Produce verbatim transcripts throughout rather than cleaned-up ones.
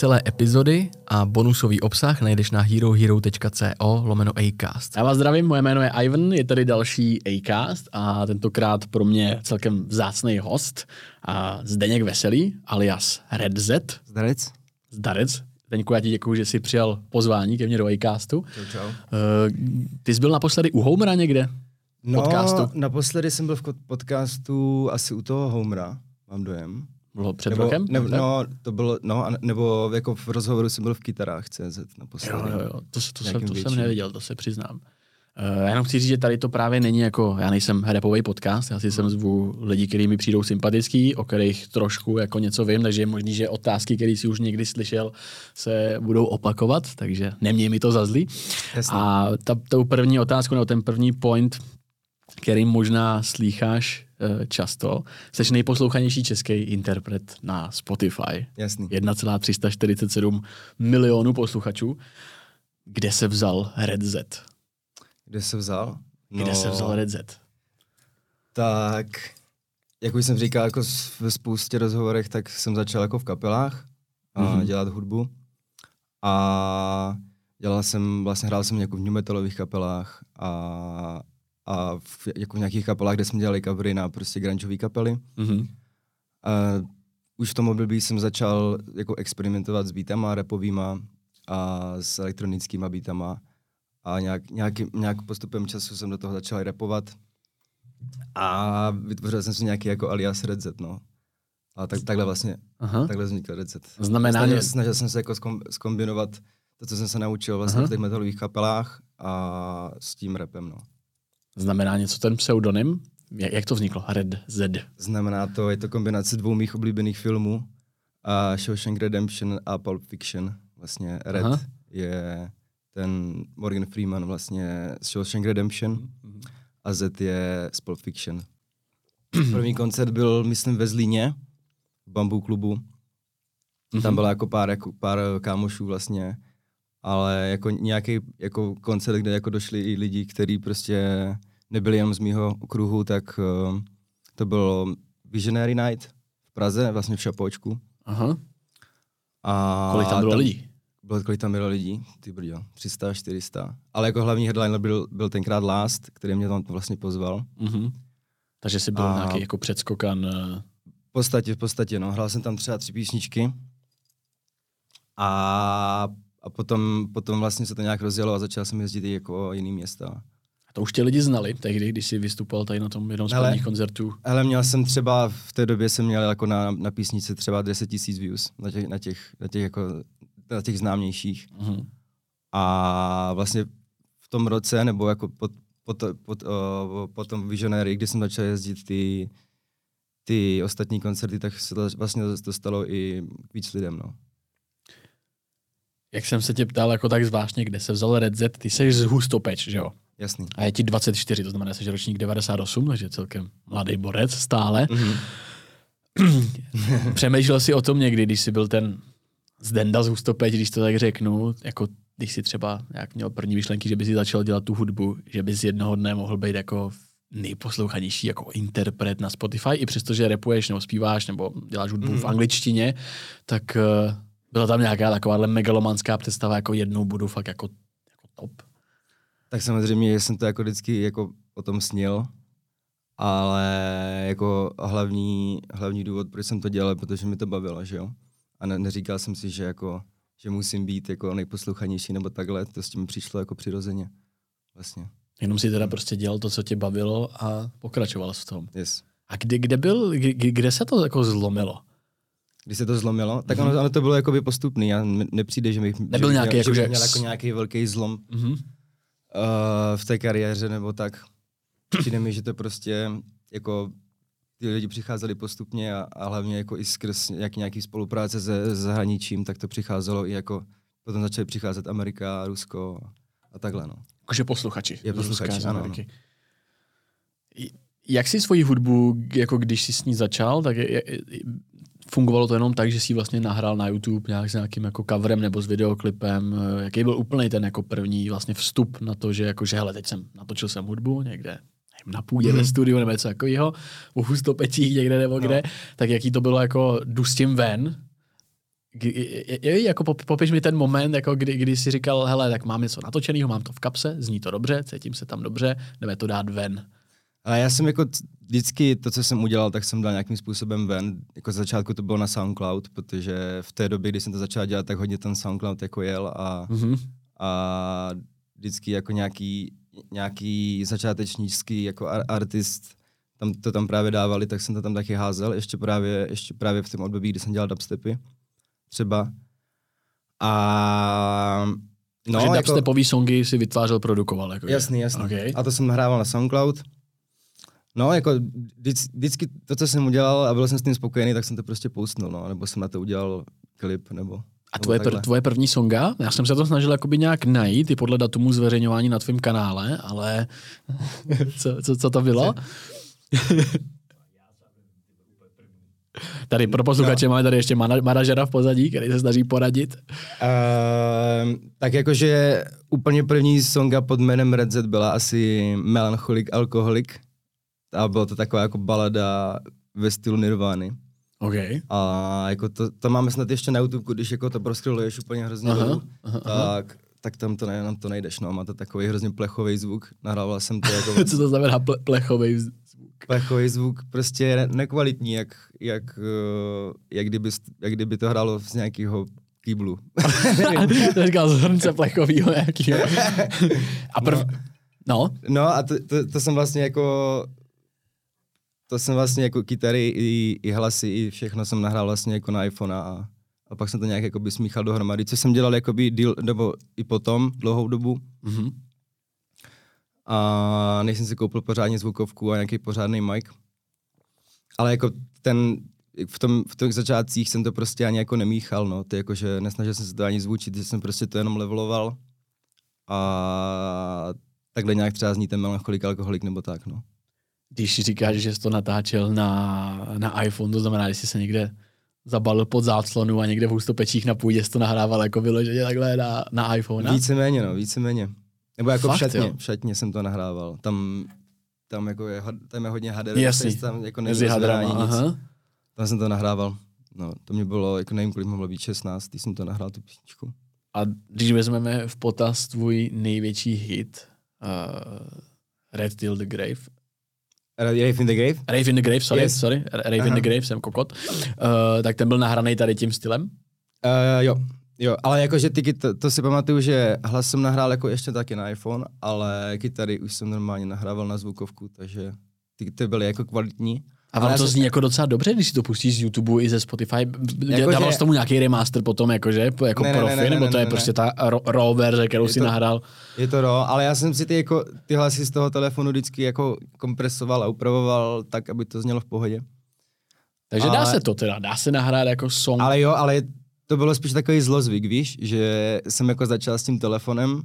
Celé epizody a bonusový obsah najdeš na herohero.co lomeno Acast. Já vás zdravím, moje jméno je Ivan, je tady další Acast a tentokrát pro mě celkem vzácný host a Zdeněk Veselý, alias Red Z. Zdarec. Zdarec. Zdeňku, já ti děkuju, že jsi přijal pozvání ke mně do Acastu. Čau, čau. Uh, ty jsi byl naposledy u Homera někde? No, podcastu? naposledy jsem byl v podcastu asi u toho Homera, mám dojem. Bylo před nebo, rokem? Ne, no, to bylo, no, nebo jako v rozhovoru jsem byl v kytarách C Z naposledy. Jo, jo, jo, to, to, jsem, to jsem nevěděl, to se přiznám. Uh, já jenom chci říct, že tady to právě není jako, já nejsem rapový podcast, já si sem zvu lidi, kteří mi přijdou sympatický, o kterých trošku jako něco vím, takže je možný, že otázky, které si už někdy slyšel, se budou opakovat, takže neměj mi to za zlý. Jasně. A ta, tou první otázku, nebo ten první point, který možná slýcháš uh, často, jsi nejposlouchanější český interpret na Spotify. Jasný. jedna celá tři sta čtyřicet sedm milionů posluchačů. Kde se vzal Red Z? Kde se vzal? No, Kde se vzal Red Z? Tak, jak už jsem říkal, jako ve spoustě rozhovorech, tak jsem začal jako v kapelách a mm-hmm. dělat hudbu. A dělal jsem, vlastně hrál jsem jako v new metalových kapelách a, a v, jako v nějakých kapelách, kde jsme dělali covery na prostě grungeový kapely. Mm-hmm. A už v tom období jsem začal jako experimentovat s beatama rapovýma a s elektronickýma beatama. A nějak, nějaký, nějak postupem času jsem do toho začal rapovat a vytvořil jsem si nějaký jako alias Red Z, no. A tak, takhle vlastně, Aha. takhle vznikl Red Z. Znamená, snažil, že... snažil jsem se jako zkombinovat to, co jsem se naučil vlastně Aha. v těch metalových kapelách a s tím rapem, no. Znamená něco ten pseudonym? Jak, jak to vzniklo? Red Z. Znamená to, je to kombinace dvou mých oblíbených filmů, a Shawshank Redemption a Pulp Fiction. Vlastně Red Aha. je... ten Morgan Freeman vlastně z Shawshank Redemption mm-hmm. a Z je z Pulp Fiction. První koncert byl, myslím, ve Zlíně, v Bamboo klubu. Mm-hmm. Tam bylo jako pár, jako pár kámošů vlastně, ale jako nějaký jako koncert, kde jako došli i lidi, kteří prostě nebyli jenom z mýho kruhu, tak uh, to bylo Visionary Night v Praze, vlastně v Šapočku. Aha. A kolik tam bylo tam, lidí? Bylo, kolik tam bylo lidí? Ty brďo, tři sta, čtyři sta. Ale jako hlavní headliner byl, byl tenkrát Last, který mě tam vlastně pozval. Mm-hmm. Takže jsi byl a nějaký jako předskokan. V podstatě, v podstatě, no. Hrál jsem tam třeba tři písničky. A, a potom, potom vlastně se to nějak rozjelo a začal jsem jezdit i jako jiný města. A to už tě lidi znali tehdy, když jsi vystupoval tady na tom jednom z prvních koncertů? Ale měl jsem třeba, v té době jsem měl jako na, na písnice třeba deset tisíc views na těch, na těch, na těch jako na těch známějších. Mm-hmm. A vlastně v tom roce, nebo jako pod, pod, pod, uh, pod tom Visionary, kdy jsem začal jezdit ty, ty ostatní koncerty, tak se to vlastně dostalo i k víc lidem, no. Jak jsem se tě ptal jako tak zvláštně, kde se vzal Red Z, ty jsi z Hustopeč, že jo? Jasný. A je ti dvacet čtyři, to znamená, že jsi ročník devadesát osm, takže celkem mladý borec stále. Mm-hmm. Přemýšlel jsi o tom někdy, když jsi byl ten Zdenda z Hustopeč, když to tak řeknu, jako když si třeba jak měl první myšlenky, že by si začal dělat tu hudbu, že bys jednoho dne mohl být jako nejposlouchanější jako interpret na Spotify, i přesto, že rapuješ nebo zpíváš nebo děláš hudbu mm. v angličtině, tak uh, byla tam nějaká takováhle megalomanská představa, jako jednou budu fakt jako, jako top. Tak samozřejmě jsem to jako vždycky jako o tom snil, ale jako hlavní, hlavní důvod, proč jsem to dělal, protože mi to bavilo, že jo. A ne, neříkal jsem si, že, jako, že musím být jako nejposlouchanější nebo takhle, to s tím přišlo jako přirozeně. Vlastně. Jenom si teda prostě dělal to, co tě bavilo a pokračoval v tom. Yes. A kde, kde byl, kde, kde se to jako zlomilo? Když se to zlomilo, tak mm-hmm. ono, ono to bylo jakoby postupný. Já nepřijde, že bych, Nebyl že, nějaký, že, jako, že že... měl jako nějaký velký zlom mm-hmm. uh, v té kariéře nebo tak. Přijde mi, že to prostě jako ty lidi přicházeli postupně a, a hlavně jako i skrz nějaký, nějaký spolupráce se zahraničím, tak to přicházelo i jako, potom začaly přicházet Amerika, Rusko a takhle, no. Jakože posluchači. Je posluchači, ano, ano. Jak jsi svoji hudbu, jako když jsi s ní začal, tak je, je, fungovalo to jenom tak, že jsi vlastně nahrál na YouTube nějak s nějakým jako coverem nebo s videoklipem? Jaký byl úplnej ten jako první vlastně vstup na to, že jako, že hele, teď jsem natočil jsem hudbu někde na půdě mm. ve studiu nebo něco takového, u Hustopečích někde nebo no. kde, tak jaký to bylo jako jdu s tím ven Je, je, jako popiš mi ten moment, jako kdy, kdy jsi říkal, hele, tak mám něco natočenýho, mám to v kapse, zní to dobře, cítím se tam dobře, jdeme to dát ven. Ale já jsem jako vždycky to, co jsem udělal, tak jsem dal nějakým způsobem ven. Jako z začátku to bylo na SoundCloud, protože v té době, kdy jsem to začal dělat, tak hodně ten SoundCloud jako jel a, mm-hmm. a vždycky jako nějaký, nějaký začátečnický jako artist tam to tam právě dávali, tak jsem to tam taky házel, ještě právě, ještě právě v tom období, kdy jsem dělal dubstepy. Třeba. A no, takže jako dubstepový songy si vytvářel, produkoval. Jako jasný, jasný. Okay. A to jsem nahrával na SoundCloud. No, jako vždycky to, co jsem udělal a byl jsem s tím spokojený, tak jsem to prostě postnul, no, nebo jsem na to udělal klip, nebo... A tvoje, pr- tvoje první songa? Já jsem se to snažil jakoby nějak najít, i podle datumu zveřejňování na tvém kanále, ale co, co, co to bylo? Tady pro posluchače no. Máme tady ještě manažera v pozadí, který se snaží poradit. Uh, tak jakože úplně první songa pod jménem Red Z byla asi Melancholic Alcoholic. A byla to taková jako balada ve stylu Nirvány. Okay. A jako to, to máme snad ještě na YouTube, když jako to proskroluješ úplně hrozně aha, dolů, aha, tak, aha. tak tam to, ne, tam to nejdeš. No. Má to takový hrozně plechový zvuk. Nahrával jsem to jako... Co to znamená ple, plechový zvuk? Plechový zvuk, prostě ne- nekvalitní, jak, jak, uh, jak, kdyby, jak kdyby to hrálo z nějakého kýblu. To říkal z hrnce plechovýho nějakýho. A prv... No. No, no a to, to, to jsem vlastně jako... To jsem vlastně jako kytary i, i hlasy, i všechno jsem nahrál vlastně jako na iPhone a, a pak jsem to nějak jakoby smíchal dohromady, co jsem dělal jakoby díl, nebo i potom dlouhou dobu. Mm-hmm. A než jsem si koupil pořádně zvukovku a nějaký pořádný mic. Ale jako ten, v, tom, v těch začátcích jsem to prostě ani jako nemíchal, no. To jako, že nesnažil jsem se to ani zvučit, že jsem prostě to jenom leveloval. A takhle nějak třeba zní ten Melancholic Alcoholic nebo tak, no. Když říkáš, že jsi to natáčel na, na iPhone, to znamená, že jsi se někde zabalil pod záclonu a někde v Hustopečích na půdě jsi to nahrával jako vyloženě takhle na, na iPhone. Víceméně, no, víceméně. Nebo jako Fakt, v šatně, jo? v šatně jsem to nahrával. Tam, tam, jako je, tam je hodně hader, tam jako mezi hadrama, aha. Tam jsem to nahrával. No, to mě bylo, jako nevím, kolik mohlo být šestnáct, když jsem to nahrál tu písničku. A když vezmeme v potaz tvůj největší hit, uh, Red Till the Grave, Rave in the Grave? Rave in the Grave, sorry, yes. sorry. Rave Aha. in the Grave, jsem kokot. Uh, tak ten byl nahraný tady tím stylem? Uh, jo, jo, ale jakože ty, to, to si pamatuju, že hlas jsem nahrál jako ještě taky na iPhone, ale kytary už jsem normálně nahrával na zvukovku, takže ty, ty byly jako kvalitní. A vám to zní jako docela dobře, když si to pustíš z YouTube i ze Spotify? Jako dával jsi tomu nějaký remaster potom, jakože, jako ne, profi, ne, ne, nebo to ne, je ne, prostě ne. ta raw verze, kterou je si to, nahrál? Je to raw, ale já jsem si ty, jako, ty hlasy z toho telefonu vždycky jako kompresoval a upravoval tak, aby to znělo v pohodě. Takže ale, dá se to teda, dá se nahrát jako song. Ale jo, ale to bylo spíš takový zlozvyk, víš, že jsem jako začal s tím telefonem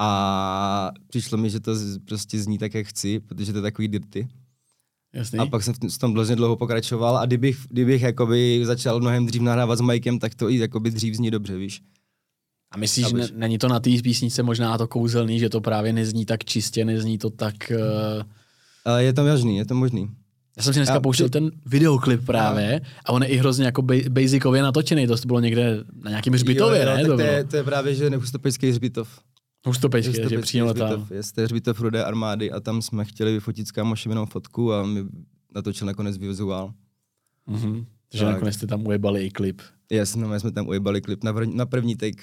a přišlo mi, že to prostě zní tak, jak chci, protože to je takový dirty. Jasný. A pak jsem s tom hrozně dlouho pokračoval a kdybych, kdybych jakoby začal mnohem dřív nahrávat s mikem, tak to i jakoby dřív zní dobře, víš. A myslíš, že ne, není to na té písničce možná to kouzelný, že to právě nezní tak čistě, nezní to tak... Uh... Je to možný, je to možný. Já jsem si dneska a pouštěl ty... ten videoklip právě a, a on je i hrozně jako basicově natočený, to bylo někde na nějakým hřbitově, jo, jo, ne? To, to, je, to je právě, že Hustopečský hřbitov. Hustopečský, že přímo tam. Je hřbitov Rudé armády a tam jsme chtěli vyfotit s kámošem jenom fotku a mi natočil nakonec vizuál. Mhm. Takže nakonec jste tam ujebali i klip. Jasně, no, jsme tam ujebali klip na, na první take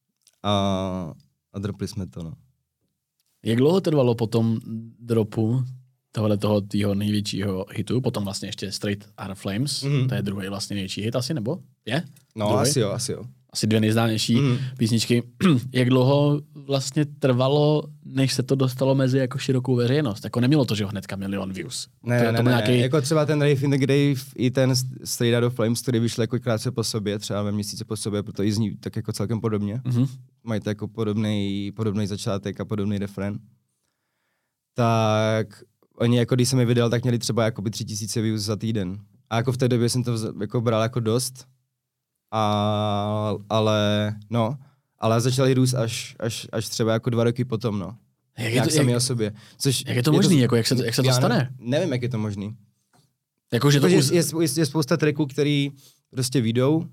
a, a dropli jsme to, no. Jak dlouho trvalo po tom dropu tohle toho tvýho největšího hitu, potom vlastně ještě Straight Are Flames, mm. to je druhý vlastně největší hit asi, nebo? Je? No, druhý? asi jo, asi jo. Asi dvě nejznámější mm. písničky. Jak dlouho vlastně trvalo, než se to dostalo mezi jako širokou veřejnost? Jako nemělo to, že ho hnedka milion views. Ne, to, ne, to ne, nějaký... jako třeba ten Rave in the Grave i ten Straight Out of Flames, který vyšel jako krátce po sobě, třeba ve měsíce po sobě, proto i zní tak jako celkem podobně. Mm-hmm. Mají to jako podobný, podobný začátek a podobný refrén. Tak oni jako když jsem je vydal, tak měli třeba jakoby tři tisíce views za týden. A jako v té době jsem to vz, jako bral jako dost. A, ale no, ale začali růst až, až, až třeba jako dva roky potom, no. Jak je jak to, sami jak, o sobě. Což jak je to možný, to, jako jak se to, jak se to stane? Ne, nevím, jak je to možný. Jako, že to jako, uz... je, je, je spousta tracků, který prostě vyjdou a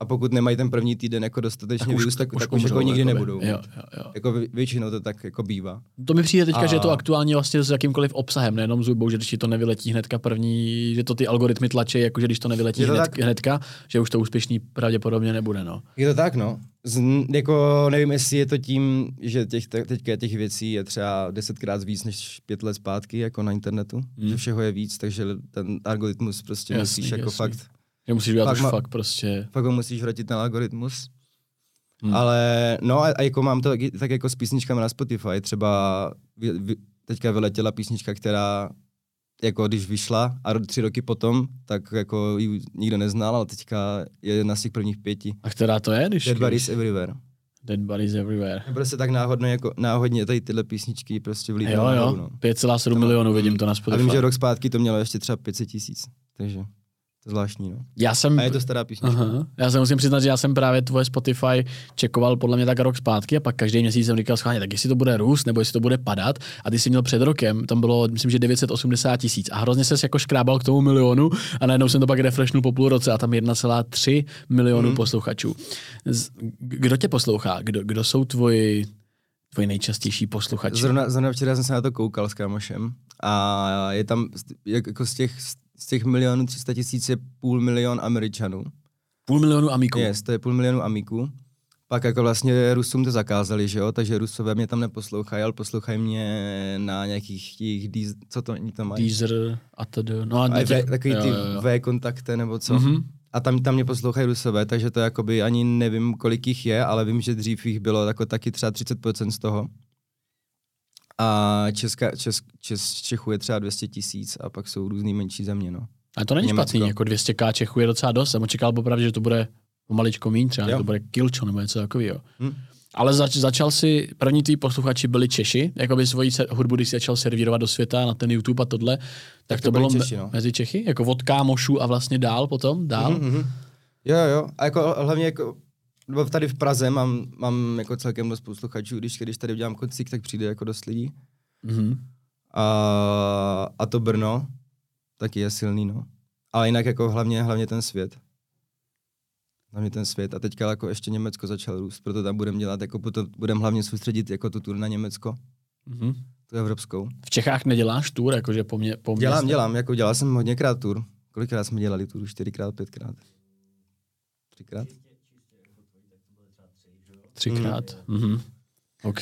A pokud nemají ten první týden jako dostatečně tak views, tak, už, tak už už jako nikdy jakoby. nebudou. Jo, jo, jo. Jako většinou to tak jako bývá. To mi přijde teďka, a... že je to aktuálně vlastně s jakýmkoliv obsahem, nejenom s hudbou, že když ti to nevyletí hnedka první, že to ty algoritmy tlačí, jakože když to nevyletí to hned, tak? hnedka, že už to úspěšný pravděpodobně nebude, no. Je to tak, no. Z, jako nevím, jestli je to tím, že těch, teďka těch věcí je třeba desetkrát víc než pět let zpátky jako na internetu, hmm. že všeho je víc, takže ten algoritmus prostě jasný, musíš jako jasný. fakt... Že musíš udělat fakt, už ma, fakt prostě... Fakt ho musíš vratit ten algoritmus. Hmm. Ale no a, a jako mám to tak, tak jako s písničkami na Spotify, třeba vy, vy, teďka vyletěla písnička, která jako když vyšla a tři roky potom, tak jako ji nikdo neznal, ale teďka je jedna z těch prvních pěti. A která to je? Když Dead Bodies Everywhere. Dead Bodies Everywhere. Prostě tak náhodně, jako, náhodně tady tyhle písničky prostě vlítly. Jo, jo, no. pět celá sedm milionů vidím to na Spotify. A vím, že rok zpátky to mělo ještě třeba pět set tisíc, takže to je zvláštní, no. Já jsem... A je to stará písnička. Aha. Já se musím přiznat, že já jsem právě tvoje Spotify čekoval podle mě tak rok zpátky a pak každý měsíc jsem říkal schválně, tak jestli to bude růst, nebo jestli to bude padat. A ty jsi měl před rokem, tam bylo, myslím, že devět set osmdesát tisíc a hrozně ses jako škrábal k tomu milionu a najednou jsem to pak refreshnul po půl roce a tam jedna celá tři milionu mm. posluchačů. Kdo tě poslouchá? Kdo, kdo jsou tvoji, tvoji nejčastější posluchači? Zrovna, zrovna včera jsem se na to koukal s kámošem a je tam jako z těch Z těch milionů tři sta tisíc je půl milion Američanů. Půl milionu amíků? Yes, to je půl milionu amíků. Pak jako vlastně Rusům to zakázali, že jo, takže Rusové mě tam neposlouchají, ale poslouchají mě na nějakých těch, díz, co to oni tam mají? Deezer a tedy. No a, a tě... v, takový jo, ty jo, jo. V-kontakte nebo co. Mm-hmm. A tam, tam mě poslouchají Rusové, takže to jakoby ani nevím, kolik jich je, ale vím, že dřív jich bylo jako taky třeba třicet procent z toho. A Česka, Čes, Čes, Čechů je třeba dvě stě tisíc a pak jsou různý menší země, no. A to není Německo. špatný, jako dvě stě tisíc Čechů je docela dost. Jsem očekal popravdě, že to bude pomaličko míň, třeba že to bude kilčo nebo něco takového. Hmm. Ale zač, začal si, první tvý posluchači byli Češi, jako by svoji se, hudbu, když si začal servírovat do světa na ten YouTube a tohle, tak, tak to, to bylo Češi, no. Mezi Čechy, jako od kámošů a vlastně dál potom, dál. Mm-hmm. Jo, jo, a jako hlavně jako tady v Praze mám, mám jako celkem dost posluchačů, když, když tady udělám koncík, tak přijde jako dost lidí. Mm-hmm. A, a to Brno taky je silný, no. Ale jinak jako hlavně, hlavně ten svět. Hlavně ten svět. A teďka jako ještě Německo začal růst, proto tam budeme dělat, jako budeme hlavně soustředit jako tu tur na Německo. Mm-hmm. Tu evropskou. V Čechách neděláš tur, jakože po mě, po mě Dělám, dělám, jako dělal jsem hodněkrát tur. Kolikrát jsme dělali tur? Čtyřikrát, pětkrát? Třikrát? Třikrát. Mm. Mm-hmm. OK.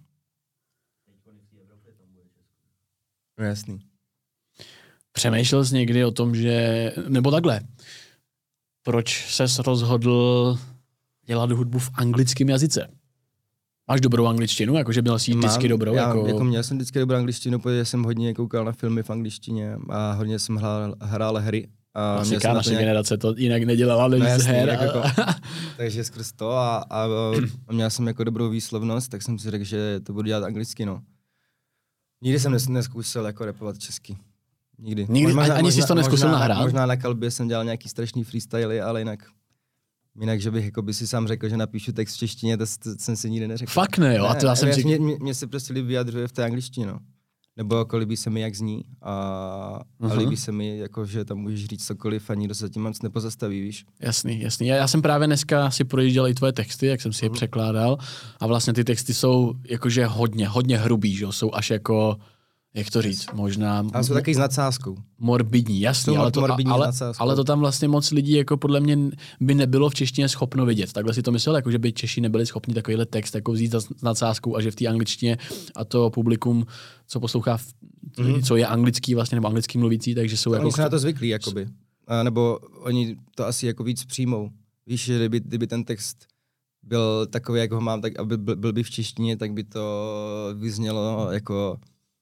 No jasný. Přemýšlel jsi někdy o tom, že, nebo takhle, proč ses rozhodl dělat hudbu v anglickém jazyce? Máš dobrou angličtinu, jakože měl jsi vždycky dobrou? Já, jako... jako měl jsem vždycky dobrou angličtinu, protože jsem hodně koukal na filmy v angličtině a hodně jsem hrál, hrál hry. A Klasika, naše nějak... generace to jinak nedělala než no, z her. A... Jako, takže skrz to a, a, a měl jsem jako dobrou výslovnost, tak jsem si řekl, že to budu dělat anglicky, no. Nikdy jsem neskusil jako rapovat česky. Nikdy. Nikdy možná, ani jsi to neskusil možná, nahrát? Možná na kalbě jsem dělal nějaký strašný freestyly, ale jinak, jinak že bych jako by si sám řekl, že napíšu text v češtině, to, to jsem si nikdy neřekl. Fakt ne, jo? Ne, a to já jsem si... mě, mě se prostě líbí vyjadřuje v té angličtině, no. Nebo jako líbí se mi, jak zní a, uh-huh. a líbí se mi, jako, že tam můžeš říct cokoliv a nikdo se tím moc nepozastaví, víš. Jasný, jasný. Já, já jsem právě dneska si projížděl i tvoje texty, jak jsem si je uh-huh. překládal a vlastně ty texty jsou jakože hodně, hodně hrubý, že? Jsou až jako, jak to říct, možná... A jsou taky s nadsázkou. Morbidní, jasný, ale to, ale, ale to tam vlastně moc lidí jako podle mě by nebylo v češtině schopno vidět. Takhle si to myslel, jako že by Češi nebyli schopni takovýhle text jako vzít s nadsázkou a že v té angličtině a to publikum, co poslouchá, v, mm-hmm. co je anglický vlastně, nebo anglický mluvící, takže jsou oni jako... Oni jsou na to zvyklí, jakoby. A nebo oni to asi jako víc přijmou. Víš, že kdyby, kdyby ten text byl takový, jak ho mám, tak aby byl, byl by v češtině, tak by to vyznělo jako...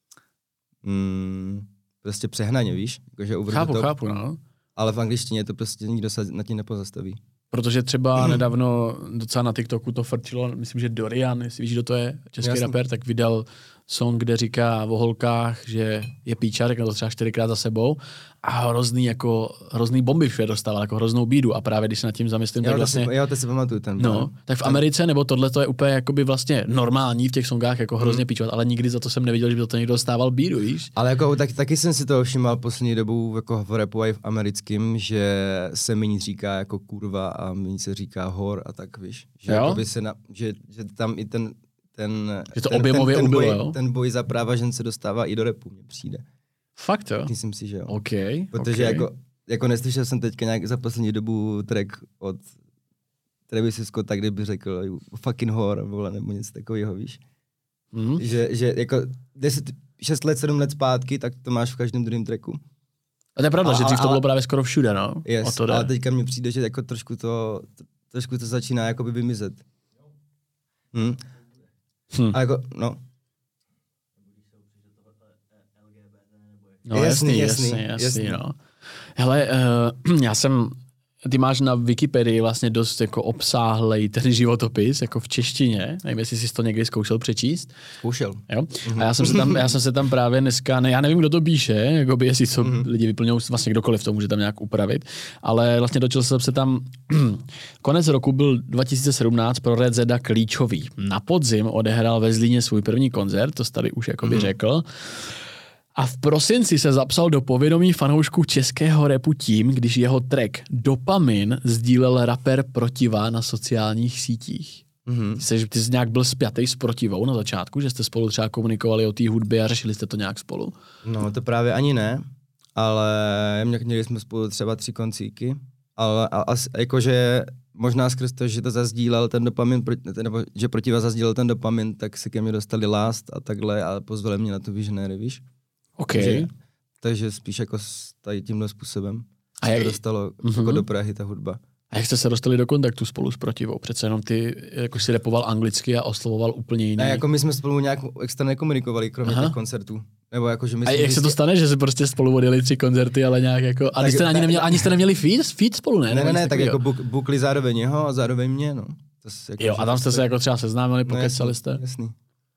Mm, prostě přehnaně, víš? Jako, chápu, to, chápu, no. Ale v angličtině to prostě nikdo se nad tím nepozastaví. Protože třeba mm. nedávno docela na TikToku to frčilo, myslím, že Dorian, jestli víš, kdo to je, český Jasný. rapper, tak vydal song, kde říká o holkách, že je píča, řekne to třeba čtyřikrát za sebou a hrozný, jako, hrozný bomby všude dostával, jako hroznou bídu a právě když se nad tím zamyslím, Jo, tak to vlastně... si, jo, to si pamatuju ten. No, tak v Americe, nebo tohle to je úplně jakoby vlastně normální v těch songách, jako hrozně Hmm. píčovat, ale nikdy za to jsem neviděl, že by to někdo dostával bídu, víš? Ale jako, tak, taky jsem si to všiml poslední dobou jako v rapu i v americkým, že se méně říká jako kurva a méně se říká hor a tak, víš. Že, Jo? jakoby se na, že, že tam i ten, ten, Že to ten, objemově ten, ten, ubylo, boj, jo? ten boj za práva žen se dostává i do rapu, mně přijde. Fakt jo? Myslím si, že jo. OK, Protože okay. jako, jako neslyšel jsem teďka nějak za poslední dobu track od Travise Scotta, kde by řekl "You fucking whore", vole, nebo něco takového, víš. Mm. Že, že jako deset, šest let, sedm let zpátky, tak to máš v každém druhém tracku. A to je pravda, Ale- že dřív to ale- bylo právě skoro všude, no. O Yes, to jde. ale teďka mně přijde, že jako trošku to, trošku to začíná jakoby vymizet. Hm. Hm. A jako, no. No Jasný, jasný, jasný, jasný, jasný, jasný. no. Hele, uh, já jsem, ty máš na Wikipedii vlastně dost jako obsáhlej ten životopis, jako v češtině, nevím, jestli jsi to někdy zkoušel přečíst. Zkoušel. Jo? A já jsem, se tam, já jsem se tam právě dneska, ne, já nevím, kdo to píše, jakoby jestli to Mhm. lidi vyplňují, vlastně kdokoliv to může tam nějak upravit, ale vlastně dočil jsem se tam, konec roku byl dva tisíce sedmnáct pro Red Zeda klíčový. Na podzim odehrál ve Zlíně svůj první koncert, to tady už jakoby Mhm. řekl. A v prosinci se zapsal do povědomí fanoušků českého rapu tím, když jeho track Dopamin sdílel rapper Protiva na sociálních sítích. Mhm. Jsi, ty jsi nějak byl spjatý s Protivou na začátku, že jste spolu třeba komunikovali o té hudbě a řešili jste to nějak spolu? No to právě ani ne, ale mě- měli jsme spolu třeba tři koncíky, ale a, a, jakože možná skrz to, že to zazdílel ten dopamin, pro- nebo že Protiva zazdílel ten dopamin, tak se ke mně dostali Last a takhle a pozvali mě na tu Visionery, víš? OK. Takže, takže spíš jako s tady tímhle způsobem A se jak- to dostalo Mhm. jako do Prahy ta hudba. A jak jste se dostali do kontaktu spolu s Protivou? Přece jenom ty jako si repoval anglicky a oslovoval úplně jiný. Ne, jako my jsme spolu nějak extra nekomunikovali, kromě Aha. těch koncertů. Nebo jako, že my A jsme jak se to vždycky- stane, že si prostě spolu odjeli tři koncerty, ale nějak jako... A Tak- jste ani, tak- neměli, ani jste neměli feed, feed spolu, ne? Ne, Nebo ne, nic ne, tak takovýho? jako buk, bukli zároveň jeho a zároveň mě, no. To s- jako, Jo, že a tam to jste se- se jako třeba seznámili, No, pokecali jasný, jste. Jasný.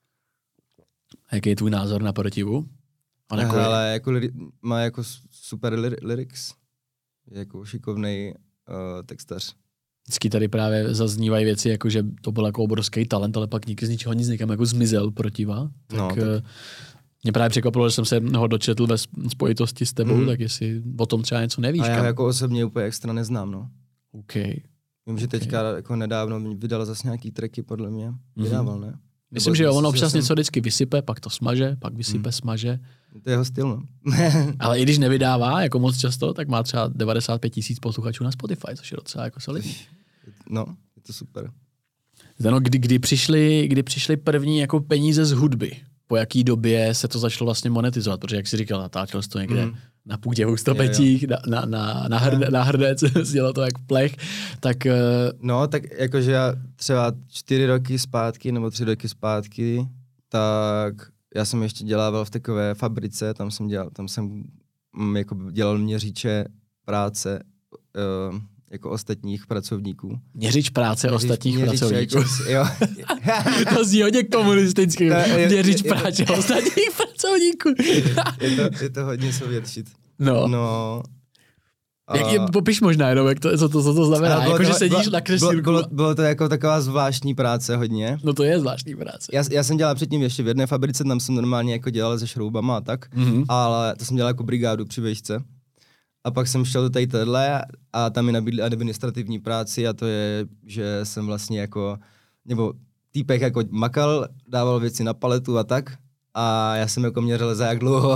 A jaký je tvůj názor na Protivu? On jako je- Ale jako liri- má jako s- super lir- lyrics. Je jako šikovnej uh, textař. Vždycky tady právě zaznívají věci, jako že to byl jako obrovský talent, ale pak nikdy z ničeho nic někam jako zmizel Protiva. Tak, No, tak. tak- Mě právě překvapilo, že jsem se ho dočetl ve spojitosti s tebou, Mhm. tak jestli o tom třeba něco nevíš. A já kam. ho jako osobně úplně extra neznám, no. OK. Vím, že teďka jako nedávno vydal zase nějaký tracky, podle mě. Vydával, ne? Myslím, Nebo že jo, on myslím, občas jsem- něco vždycky vysype, pak to smaže, pak vysype, Mhm. smaže. To je jeho styl, no. Ale i když nevydává, jako moc často, tak má třeba devadesát pět tisíc posluchačů na Spotify, což je docela jako solidní. No, je to super. Zdeno, kdy, kdy, přišly, kdy přišly první jako peníze z hudby? Po jaký době se to začalo vlastně monetizovat? Protože jak jsi říkal, natáčel jsi to někde Mm. na půdě hustopečích, na, na, na, na, hrde, na hrdec, dělal to jak plech, tak eh, No, tak jakože já třeba čtyři roky zpátky, nebo tři roky zpátky, tak já jsem ještě dělával v takové fabrice, tam jsem dělal, tam jsem mm, jako dělal měřiče práce uh, jako ostatních pracovníků. měřič práce Měřič- ostatních měřiče, pracovníků. čas- jo. To zní hodně komunistický. To je- Měřič je- je- práce ostatních pracovníků. je, to, je to hodně sovět shit. No. No. Jak je, popiš možná jenom, jak to, co, to, co to znamená. ale bylo Jako, to- že sedíš bylo- na křesílku. Bylo, bylo, bylo to jako taková zvláštní práce hodně. No to je zvláštní práce. Já, já jsem dělal předtím ještě v jedné fabrice, tam jsem normálně jako dělal se šroubama a tak, Mhm. ale to jsem dělal jako brigádu při vejšce. A pak jsem šel do tady tohle a tam mi nabídli administrativní práci a to je, že jsem vlastně jako, nebo týpek jako makal, dával věci na paletu a tak a já jsem jako měřil za jak dlouho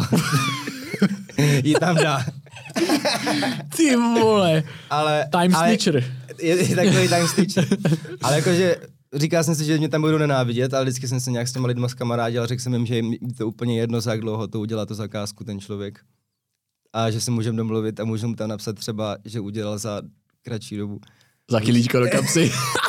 ji tam dá. Ty vole. Ale, Time ale snitcher. je, je takový time snitcher. Ale jakože říkal jsem si, že mě tam budou nenávidět, ale vždycky jsem se nějak s těma lidma skamarádil a řekl jsem jim, že jim to úplně jedno, za jak dlouho to udělá tu zakázku ten člověk. A že se můžeme domluvit a můžu mu tam napsat třeba, že udělal za kratší dobu. Za kilíčko do kapsy.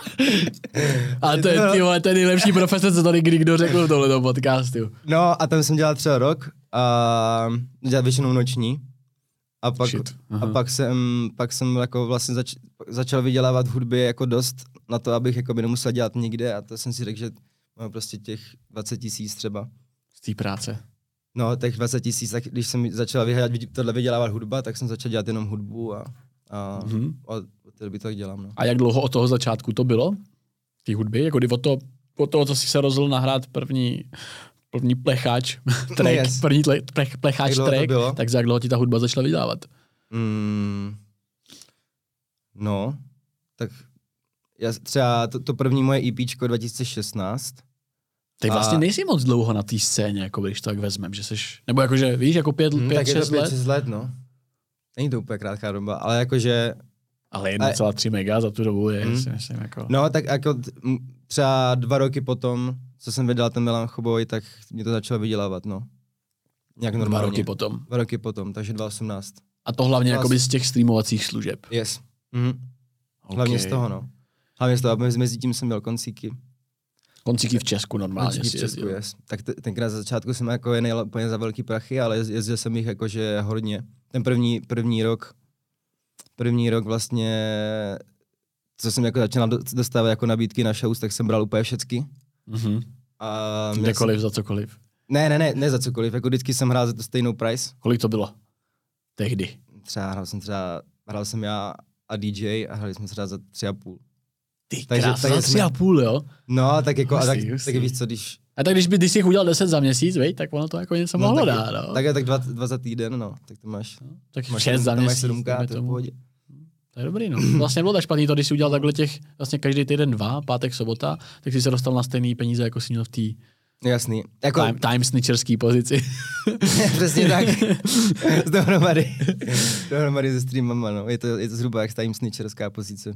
A to je, ty vole, to je nejlepší profese, co tady kdy kdo řekl v tomhle podcastu. No a tam jsem dělal třeba rok a dělal většinou noční. A pak, Shit, a aha. pak jsem, pak jsem jako vlastně zač, začal vydělávat v hudbě jako dost na to, abych jako by nemusel dělat nikde a to jsem si řekl, že mám prostě těch dvacet tisíc třeba. té práce? No, těch dvacet tisíc, tak když jsem začal vyhrát, tohle vydělávat hudba, tak jsem začal dělat jenom hudbu a, a, mm-hmm. a od té doby tak dělám. No. A jak dlouho od toho začátku to bylo? Ty hudby? Jako kdy od toho, od toho, co jsi se rozhodl nahrát první, první plecháč track, yes. první tle, plech, plecháč track, tak za jak dlouho ti ta hudba začala vydávat? Mm, no, tak já třeba to, to první moje EPčko dva tisíce šestnáct. Ty vlastně nejsi moc dlouho na té scéně, jako když to tak vezmem, že seš, nebo jakože, víš, jako pět, hmm, pět, šest let? pět, šest let, no. Není to úplně krátká doba, ale jakože... Ale jedna celá tři mega za tu dobu je, hmm. si myslím, jako... No, tak jako třeba dva roky potom, co jsem vydal ten Melanchoboy, tak mě to začalo vydělávat, no. Nějak normálně. Dva roky potom. Dva roky potom, takže dva tisíce osmnáct. A to hlavně jako z těch streamovacích služeb. Yes. Mhm. Okay. Hlavně z toho, no. Hlavně z toho, mezi tím jsem měl koncíky. Koncíky v Česku normálně. Koncíky v Česku, yes. Tak t- tenkrát za začátku jsem jako je nejel úplně za velký prachy, ale jezdil jsem jich jakože hodně. Ten první, první rok, první rok vlastně, co jsem jako začal dostávat jako nabídky na shows, tak jsem bral úplně všecky. Mhm. Kdekoliv, jsem... za cokoliv. Ne, ne, ne, ne za cokoliv, jako vždycky jsem hrál za to stejnou price. Kolik to bylo? Tehdy? Třeba hrál jsem třeba, hrál jsem já a D J a hráli jsme třeba za tři a půl. Ty krás, za tři a půl, jo? No, tak jako, hustý, a tak, tak víš co, když... A tak když by ty jsi udělal deset za měsíc, vej, tak ono to jako něco no, mohlo tak, dát, no. Tak je tak dva, dva za týden, no, tak to máš... No, tak máš šest za měsíc, sedmkrát, to je v pohodě. To je dobrý, no. Vlastně bylo tak špatný to, když jsi udělal takhle těch, vlastně každý týden dva, pátek, sobota, tak jsi se dostal na stejný peníze, jako jsi měl v té Jasný. Jako... time, time snitcherský pozici. Přesně tak. Dohromady. Dohromady se streamama, no. Je to, je to zhruba jak time snitcherská pozice.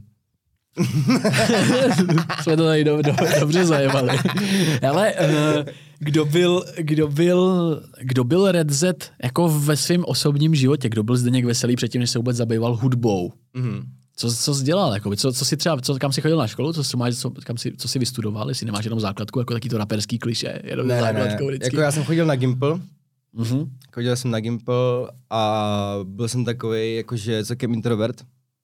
Jsme to tady do, do, dobře zajevali. Ale uh, kdo byl, kdo byl, kdo byl Red Z jako ve svém osobním životě? Kdo byl Zdeněk Veselý předtím, než se vůbec zabýval hudbou? Mm-hmm. Co, co jsi dělal? Jako, co, co jsi třeba, co, kam jsi chodil na školu? Co, co, máš, co, kam jsi, co jsi vystudoval? Jestli nemáš jenom základku, jako taky to raperský klišé. Jenom ne, základku, ne, ne. Jako já jsem chodil na Gimple. Mm-hmm. Chodil jsem na Gimple a byl jsem takovej, jakože celkem introvert.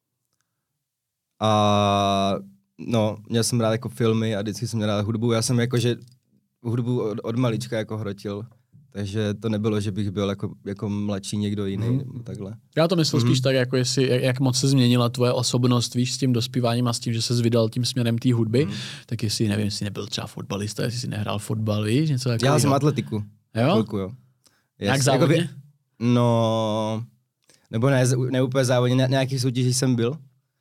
A no, měl jsem rád jako filmy a vždycky jsem měl rád hudbu. Já jsem jakože hudbu od, od malička jako hrotil. Takže to nebylo, že bych byl jako, jako mladší někdo jiný, mm. nebo takhle. Já to myslel mm-hmm. spíš tak, jako jestli, jak, jak moc se změnila tvoje osobnost, víš, s tím dospíváním a s tím, že se vydal tím směrem té hudby, mm. tak jestli, nevím, jestli nebyl třeba fotbalista, jestli si nehrál fotbal, víš, něco takového. Já jsem atletiku. Jo? Chvilku, jo. Yes. Jak závodně? Jako, no, nebo ne, ne úplně závodně, na nějakých soutěžích jsem byl.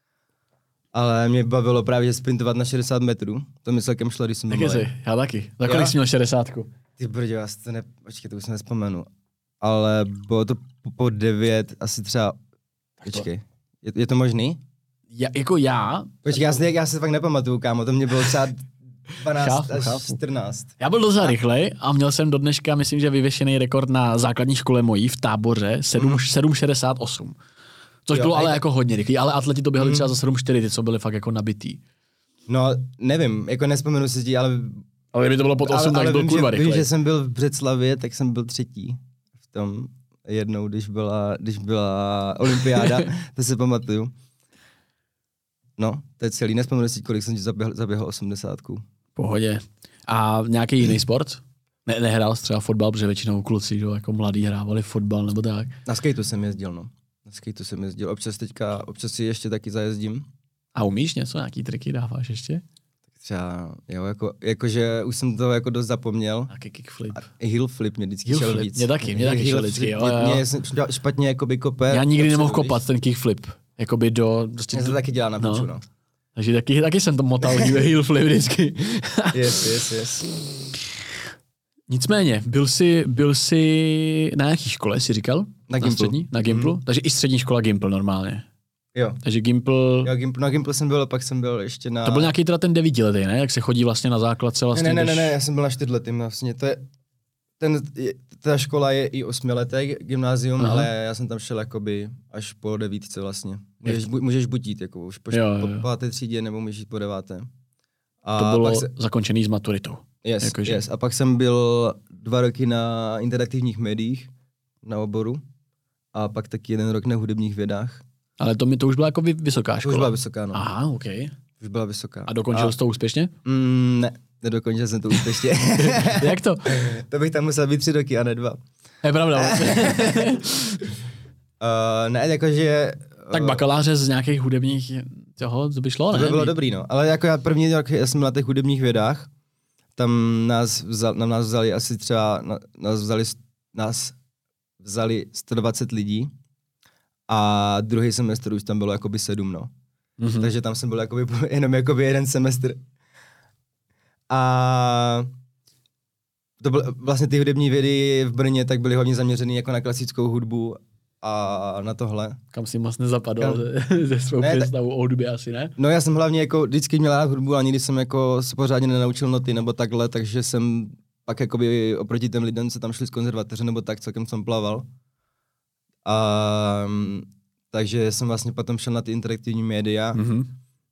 Ale mě bavilo právě sprintovat na šedesát metrů. To mi celkem šlo, když jsem byl malý. Já taky. Za kolik jsi měl šedesátku? Ty brdě, já si to ne... Počkej, to už se nespomenu. Ale bylo to po, po devět, asi třeba... Počkej, je, je to možný? Ja, jako já? Počkej, já si, já si fakt nepamatuju, kámo, to mě bylo třeba dvanáct chápu, až chápu. čtrnáct. Já byl docela rychlej a měl jsem do dneška, myslím, že vyvěšený rekord na základní škole mojí v Táboře, sedm šedesát osm. Což jo, bylo ale jako hodně rychlý, ale atleti to běhali mm. třeba za sedm čtyři, ty, co byly fakt jako nabitý. No, nevím, jako nespomenu si ti, ale... Ale kdyby to bylo pod osm, tak byl vím, kurva že, rychlej. Vím, že jsem byl v Břeclavě, tak jsem byl třetí v tom jednou, když byla, když byla olympiáda, to si pamatuju. No, to je celý, nespomenu si, kolik jsem ti zaběhl, zaběhl osmdesátku. Pohodě. A nějaký jiný sport? Ne, nehrál jsi třeba fotbal, protože většinou kluci, že, jako mladí hrávali fotbal nebo tak. Na skateu jsem jezdil, no. Na skateu jsem jezdil. Občas teďka, občas si ještě taky zajezdím. A umíš něco, nějaký triky dáváš ještě? Tak třeba, jo, jako, jakože už jsem to jako dost zapomněl. Nějaký kickflip. A heel flip mě vždycky šel víc. Mě taky, mě taky šel vždycky, jo, jo. Mě jsem špatně jakoby kope. Já nikdy nemohl kopat ten kickflip. Jakoby do... Mě to taky dělá na piču, no. no. Takže taky, taky jsem to motal heel flip vždycky. yes, yes, yes. Nicméně, byl jsi, byl jsi na jaký škole, jsi říkal? Na Gimplu. Střední? Na Gimplu? Mm. Takže i střední škola Gimpl normálně. Jo. Takže Gimpl... Jo, Gimpl, na Gimplu jsem byl, pak jsem byl ještě na... To byl nějaký teda ten devítiletý, ne? Jak se chodí vlastně na základce vlastně... Ne, ne, ne, jdeš... ne, já jsem byl na čtyřletým vlastně. To je, ten, ta škola je i osmileté gymnázium, aha, ale já jsem tam šel jakoby až po devítce vlastně. Můžeš, bu, můžeš buď jít, jako už po, jo, jo. po páté třídě, nebo můžeš jít po deváté. A to bylo se... zakončený s maturitou. Yes, jako, yes. A pak jsem byl dva roky na interaktivních médiích na oboru a pak taky jeden rok na hudebních vědách. Ale to mi to už byla jako vysoká škola. To už byla vysoká, no. Aha, ok. Už byla vysoká. A dokončil jsi to úspěšně? Mm, ne. nedokončil jsem to úspěšně. Jak to? To bych tam musel být tři roky a ne dva. Je pravda. uh, ne, jakože... Uh, tak bakaláře z nějakých hudebních toho, to by šlo, ne? To by bylo dobrý, no. Ale jako já první rok, já jsem byl na těch hudebních vědách, tam nás, vzal, nám nás vzali asi třeba, na, nás vzali, nás vzali sto dvacet lidí a druhý semestr už tam bylo jakoby sedm, no. Mm-hmm. Takže tam jsem byl jakoby, jenom jakoby jeden semestr. A to byl, vlastně ty hudební vědy v Brně tak byly hodně zaměřený jako na klasickou hudbu a na tohle. Kam si moc nezapadal Kam... ze, ze svou ne, představu o hudbě asi, ne? No já jsem hlavně jako vždycky měl rád hudbu, ale nikdy jsem jako se pořádně nenaučil noty nebo takhle, takže jsem pak jakoby oproti těm lidem, co tam šli z konzervatoře nebo tak, celkem jsem plaval. A, takže jsem vlastně potom šel na ty interaktivní média mm-hmm.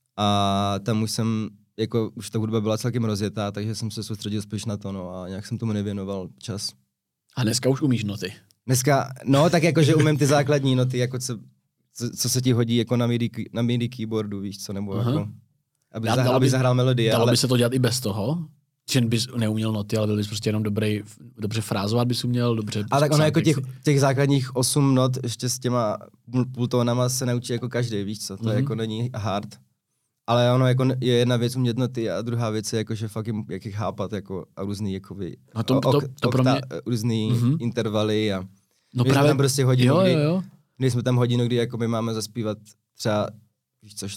a tam už jsem, jako už ta hudba byla celkem rozjetá, takže jsem se soustředil spíš na to, no a nějak jsem tomu nevěnoval čas. A dneska už umíš noty? Dneska, no tak jako, že umím ty základní noty, jako co, co, co se ti hodí jako na MIDI, na MIDI keyboardu, víš co, nebo uh-huh. jako, aby, Já, zahrál, aby zahrál melodie. Dalo ale... by se to dělat i bez toho? Že bys neuměl noty, ale byl bys prostě jenom dobrý, dobře frázovat bys uměl, dobře... A tak ono jako těch, těch základních osm not ještě s těma půltónama se naučí jako každý, víš co, to uh-huh. jako není hard. Ale ono jako je jedna věc umět noty a druhá věc je jako, že fakt jim, jak jich chápat jako a různý jakoby, a to, to, to, to pro mě... různý mm-hmm. intervaly a no my právě... jsme tam prostě hodinu, jo, kdy, jo, jo. kdy jsme tam hodinu, kdy jakoby máme zaspívat třeba, víš co,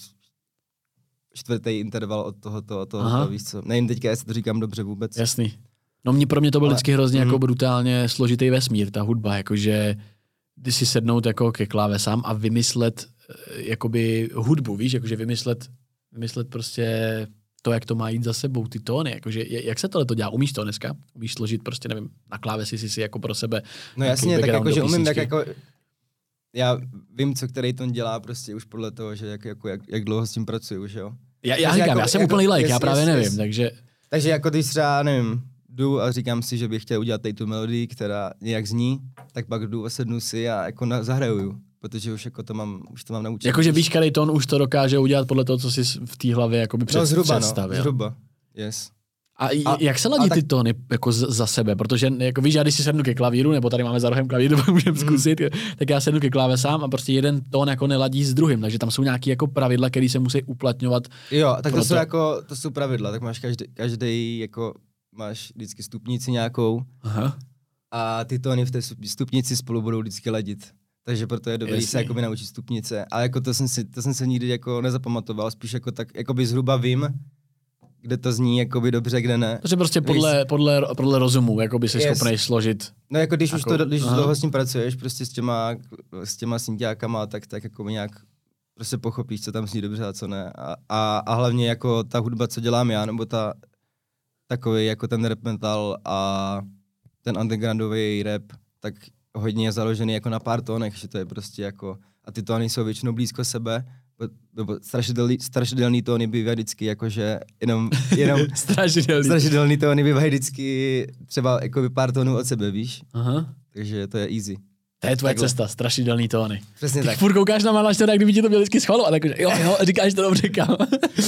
čtvrtý interval od tohoto, od tohoto, víš co. Nevím teďka, jestli to říkám dobře vůbec. Jasný. No mě pro mě to byl ale... vždycky hrozně mm. jako mm-hmm. brutálně složitý vesmír, ta hudba, jakože když si sednout jako ke klávesám a vymyslet jakoby hudbu, víš, jakože vymyslet vymyslet prostě to, jak to má jít za sebou, ty tóny, jakože jak se tohle to dělá? Umíš to dneska? Umíš složit prostě, nevím, na klávesi si si jako pro sebe. No jasně, tak jakože umím, tak jako já vím, co který tón dělá prostě už podle toho, že jak, jako, jak, jak dlouho s tím pracuju, že jo? Já, já říkám, jako, já jsem jako, úplný like, já právě yes, nevím, yes. takže... Takže jako když třeba, nevím, jdu a říkám si, že bych chtěl udělat tady tu melodii, která nějak zní, tak pak jdu a sednu si a jako na, zahrajuju. Protože už jako to mám, už to mám naučit. Jakože víš, který tón už to dokáže udělat podle toho, co jsi v té hlavě jakoby před, no, zhruba, představil. No, zhruba, yes. A, a jak se ladí tak... ty tóny jako z, za sebe? Protože jako víš, já když si sednu ke klavíru, nebo tady máme za rohem klavír, to můžeme zkusit, mm. tak já sednu ke klávesám a prostě jeden tón jako neladí s druhým, takže tam jsou nějaké jako pravidla, které se musí uplatňovat. Jo, tak to jsou jako, to jsou pravidla, tak máš každý, každý jako, máš vždycky stupnici nějakou. Aha. A ty tóny v té stupnici spolu budou vždycky ladit. Takže proto je dobrý Jasný. se jakoby naučit stupnice. Ale jako to jsem si, to jsem se nikdy jako nezapamatoval, spíš jako tak, jakoby zhruba vím, kde to zní jakoby dobře, kde ne. Takže prostě podle, podle, podle rozumu, jakoby jsi yes. schopnej složit. No jako když jako, už to, když dlouho s tím pracuješ, prostě s těma, s těma synťákama, tak, tak jako nějak prostě pochopíš, co tam zní dobře a co ne. A, a, a hlavně jako ta hudba, co dělám já, nebo ta takový jako ten rap metal a ten undergroundový rap, tak hodně je založený jako na pár tónech, že to je prostě jako, a ty tóny jsou většinou blízko sebe, nebo strašidelný, strašidelný tóny bývají vždycky jakože jenom, jenom strašidelný. strašidelný tóny bývají vždycky třeba jako pár tónů od sebe, víš? Aha. Takže to je easy. To je tvoje Takhle. cesta, strašidelný tóny. Přesně Ty tak. furt koukáš na manažera, jak kdyby ti to měl vždycky schvalovat, jakože jo, jo, říkáš to dobře, kam.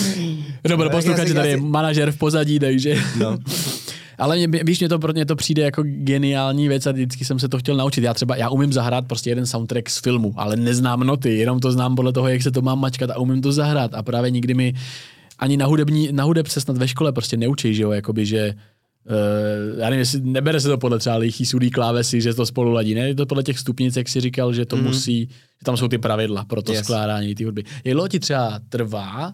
Dobře, poslouchat, že tady je manažer v pozadí, takže... No. Ale mě, víš, mě to, mě to přijde jako geniální věc a vždycky jsem se to chtěl naučit. Já třeba, já umím zahrát prostě jeden soundtrack z filmu, ale neznám noty, jenom to znám podle toho, jak se to mám mačkat a umím to zahrát. A právě nikdy mi ani na hudební, na hudebce snad ve škole prostě neučí, že jo, jakoby, že uh, já nevím, jestli nebere se to podle třeba lichý sudý klávesy, že to spolu ladí, ne? Je to podle těch stupnic, jak jsi říkal, že to mm. musí, že tam jsou ty pravidla pro to yes. skládání ty hudby. Jak dlouho ti třeba trvá,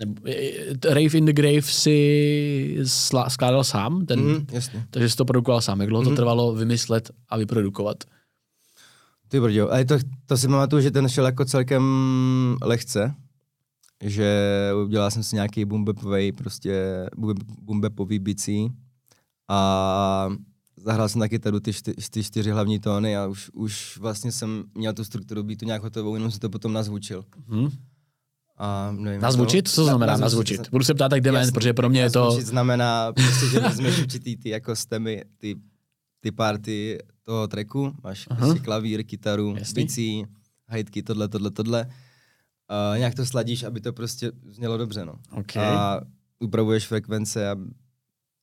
Rave in the Grave si slá, skládal sám, ten, mm, jasně. takže si to produkoval sám. Jak dlouho mm. to trvalo vymyslet a vyprodukovat? Ty brďo, ale to, to si pamatuju, že ten šel jako celkem lehce, že udělal jsem si nějaký boombapový, prostě boombapový bicí a zahrál jsem na kytaru ty, čty, ty čtyři hlavní tóny a už, už vlastně jsem měl tu strukturu beatu nějak hotovou, jenom si to potom nazvučil. Mm. A nevím, nazvučit? Co to znamená nazvučit? nazvučit? Budu se ptát tak dement, protože pro mě je to... Nazvučit znamená, prostě, že vezmeš určitý ty jako stemy, ty, ty party toho tracku, máš prostě klavír, kytaru, bicí, hajtky, tohle, tohle, tohle. A nějak to sladíš, aby to prostě znělo dobře, no. Okay. A upravuješ frekvence a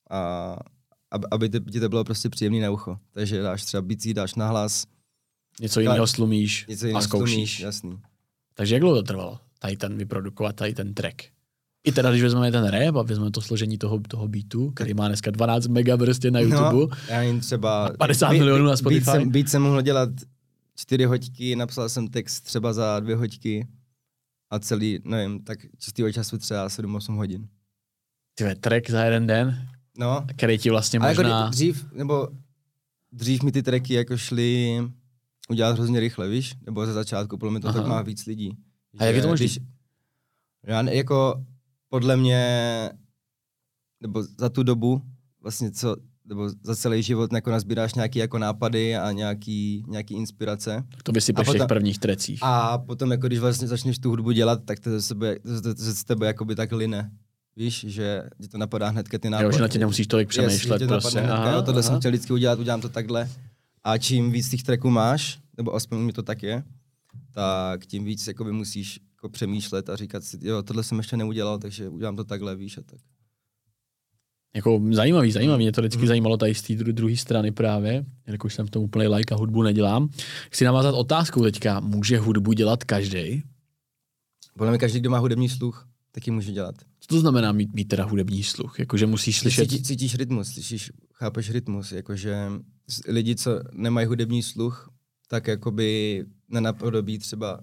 a aby ti to bylo prostě příjemný na ucho. Takže dáš třeba bicí, dáš nahlas. Něco jiného slumíš něco jiného a zkoušíš. Slumíš, jasný. Takže jak dlouho to trvalo, tady ten vyprodukovat, tady ten track? I teda, když vezmeme ten rap a vezmeme to složení toho, toho beatu, který má dneska dvanáct mega prostě na YouTube. No, já jim třeba... padesát milionů na Spotify. Beat jsem, beat jsem mohl dělat čtyři hoďky, napsal jsem text třeba za dvě hoďky a celý, nevím, tak čistýho času třeba sedm osm hodin. Tyve, track za jeden den? No. Který ti vlastně a možná... Jako dřív, nebo dřív mi ty tracky jako šly udělat hrozně rychle, víš? Nebo ze začátku, podle mě to Aha. tak má víc lidí. A jak je to možný? Když, já ne, jako podle mě, nebo za tu dobu, vlastně co, nebo za celý život jako nazbíráš nějaký jako nápady a nějaký, nějaký inspirace. To vysypeš v těch prvních trecích. A potom, jako když vlastně začneš tu hudbu dělat, tak to ze sebe, to, to, to z tebe jakoby tak line. Víš, že ti to napadá hnedka ty nápady. Jo, že na tě nemusíš tolik přemýšlet. Yes, prostě. Hnedka, jo, tohle aha. jsem chtěl vždycky udělat, udělám to takhle. A čím víc těch tracků máš, nebo aspoň mi to tak je, tak tím víc jakoby musíš jako přemýšlet a říkat si, jo, tohle jsem ještě neudělal, takže udělám to takhle, víš a tak. Jako zajímavý, zajímavý, mě to vždycky hmm. zajímalo tady z té dru- druhé strany právě, jelikož jsem v tom úplnej like a hudbu nedělám. Chci navázat otázkou teďka, může hudbu dělat každý? Podle mě každý, kdo má hudební sluch, taky může dělat. Co to znamená mít, mít teda hudební sluch? Jakože musíš slyšet... Cítí, cítíš rytmus, slyšíš, chápeš rytmus, jakože lidi, co nemají hudební sluch, tak jakoby nenapodobí třeba...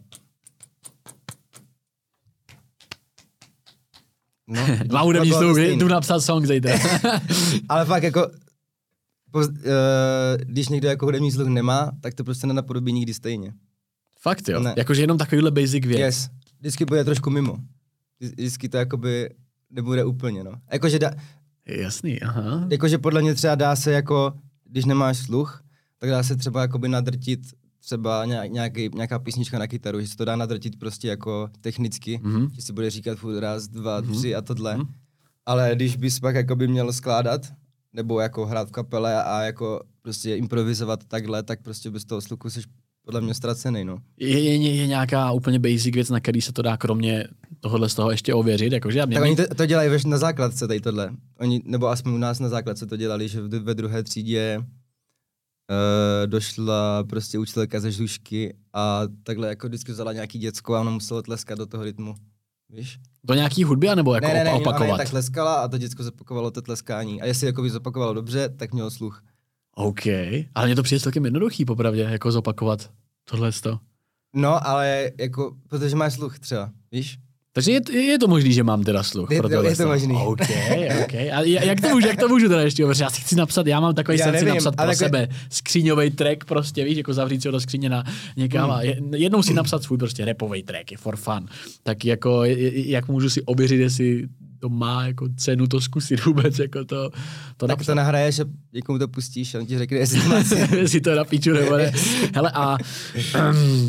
No, má hudební sluch, jdu napsat song zejte. Ale fakt jako, po, uh, když někdo jako hudební sluch nemá, tak to prostě nenapodobí nikdy stejně. Fakt jo? Ne. Jakože jenom takovýhle basic věc. Yes. Vždycky bude trošku mimo. Vždycky to jakoby nebude úplně, no. Jakože dá... Jasný, aha. Jakože podle mě třeba dá se jako, když nemáš sluch, tak dá se třeba jakoby nadrtit třeba nějaký, nějaká písnička na kytaru, že se to dá nadrtit prostě jako technicky, mm-hmm. že si bude říkat furt raz, dva, mm-hmm. tři a tohle. Mm-hmm. Ale když bys pak jakoby měl skládat, nebo jako hrát v kapele a jako prostě improvizovat takhle, tak prostě bez toho sluchu jsi podle mě ztracený, no. Je, je, je nějaká úplně basic věc, na který se to dá kromě tohohle z toho ještě ověřit? Jakože já mě tak mě... oni to, to dělají na základce tady tohle. Oni, nebo aspoň u nás na základce to dělali, že ve druhé třídě uh, došla prostě učitelka ze žlužky a takhle jako vždycky vzala nějaký děcko a ono muselo tleskat do toho rytmu. Víš? Do nějaký hudby, anebo jako ne, ne, ne, opakovat? Ne, tak tleskala a to děcko zopakovalo to tleskání. A jestli jako by zopakovalo dobře, tak mělo sluch. OK, ale mně to přijde celkem jednoduchý popravdě, jako zopakovat tohle to. No, ale jako, protože máš sluch třeba, víš? Takže je, je to možný, že mám teda sluch. Je, pro to, je to možný. OK, OK. A jak to můžu, jak to můžu teda ještě ověřit? Já si chci napsat, já mám takový sen si napsat pro jako... sebe skříňový track prostě, víš, jako zavřít si ho do skříně na někam mm. a jednou si napsat svůj prostě rapový track, je for fun. Tak jako, jak můžu si ověřit, jestli to má jako cenu to zkusit vůbec, jako to, to tak napsat. To nahraješ a někomu to pustíš a on ti řekne, jestli to má cenu. Jestli to je na píču nebo ne. Hele a... Um,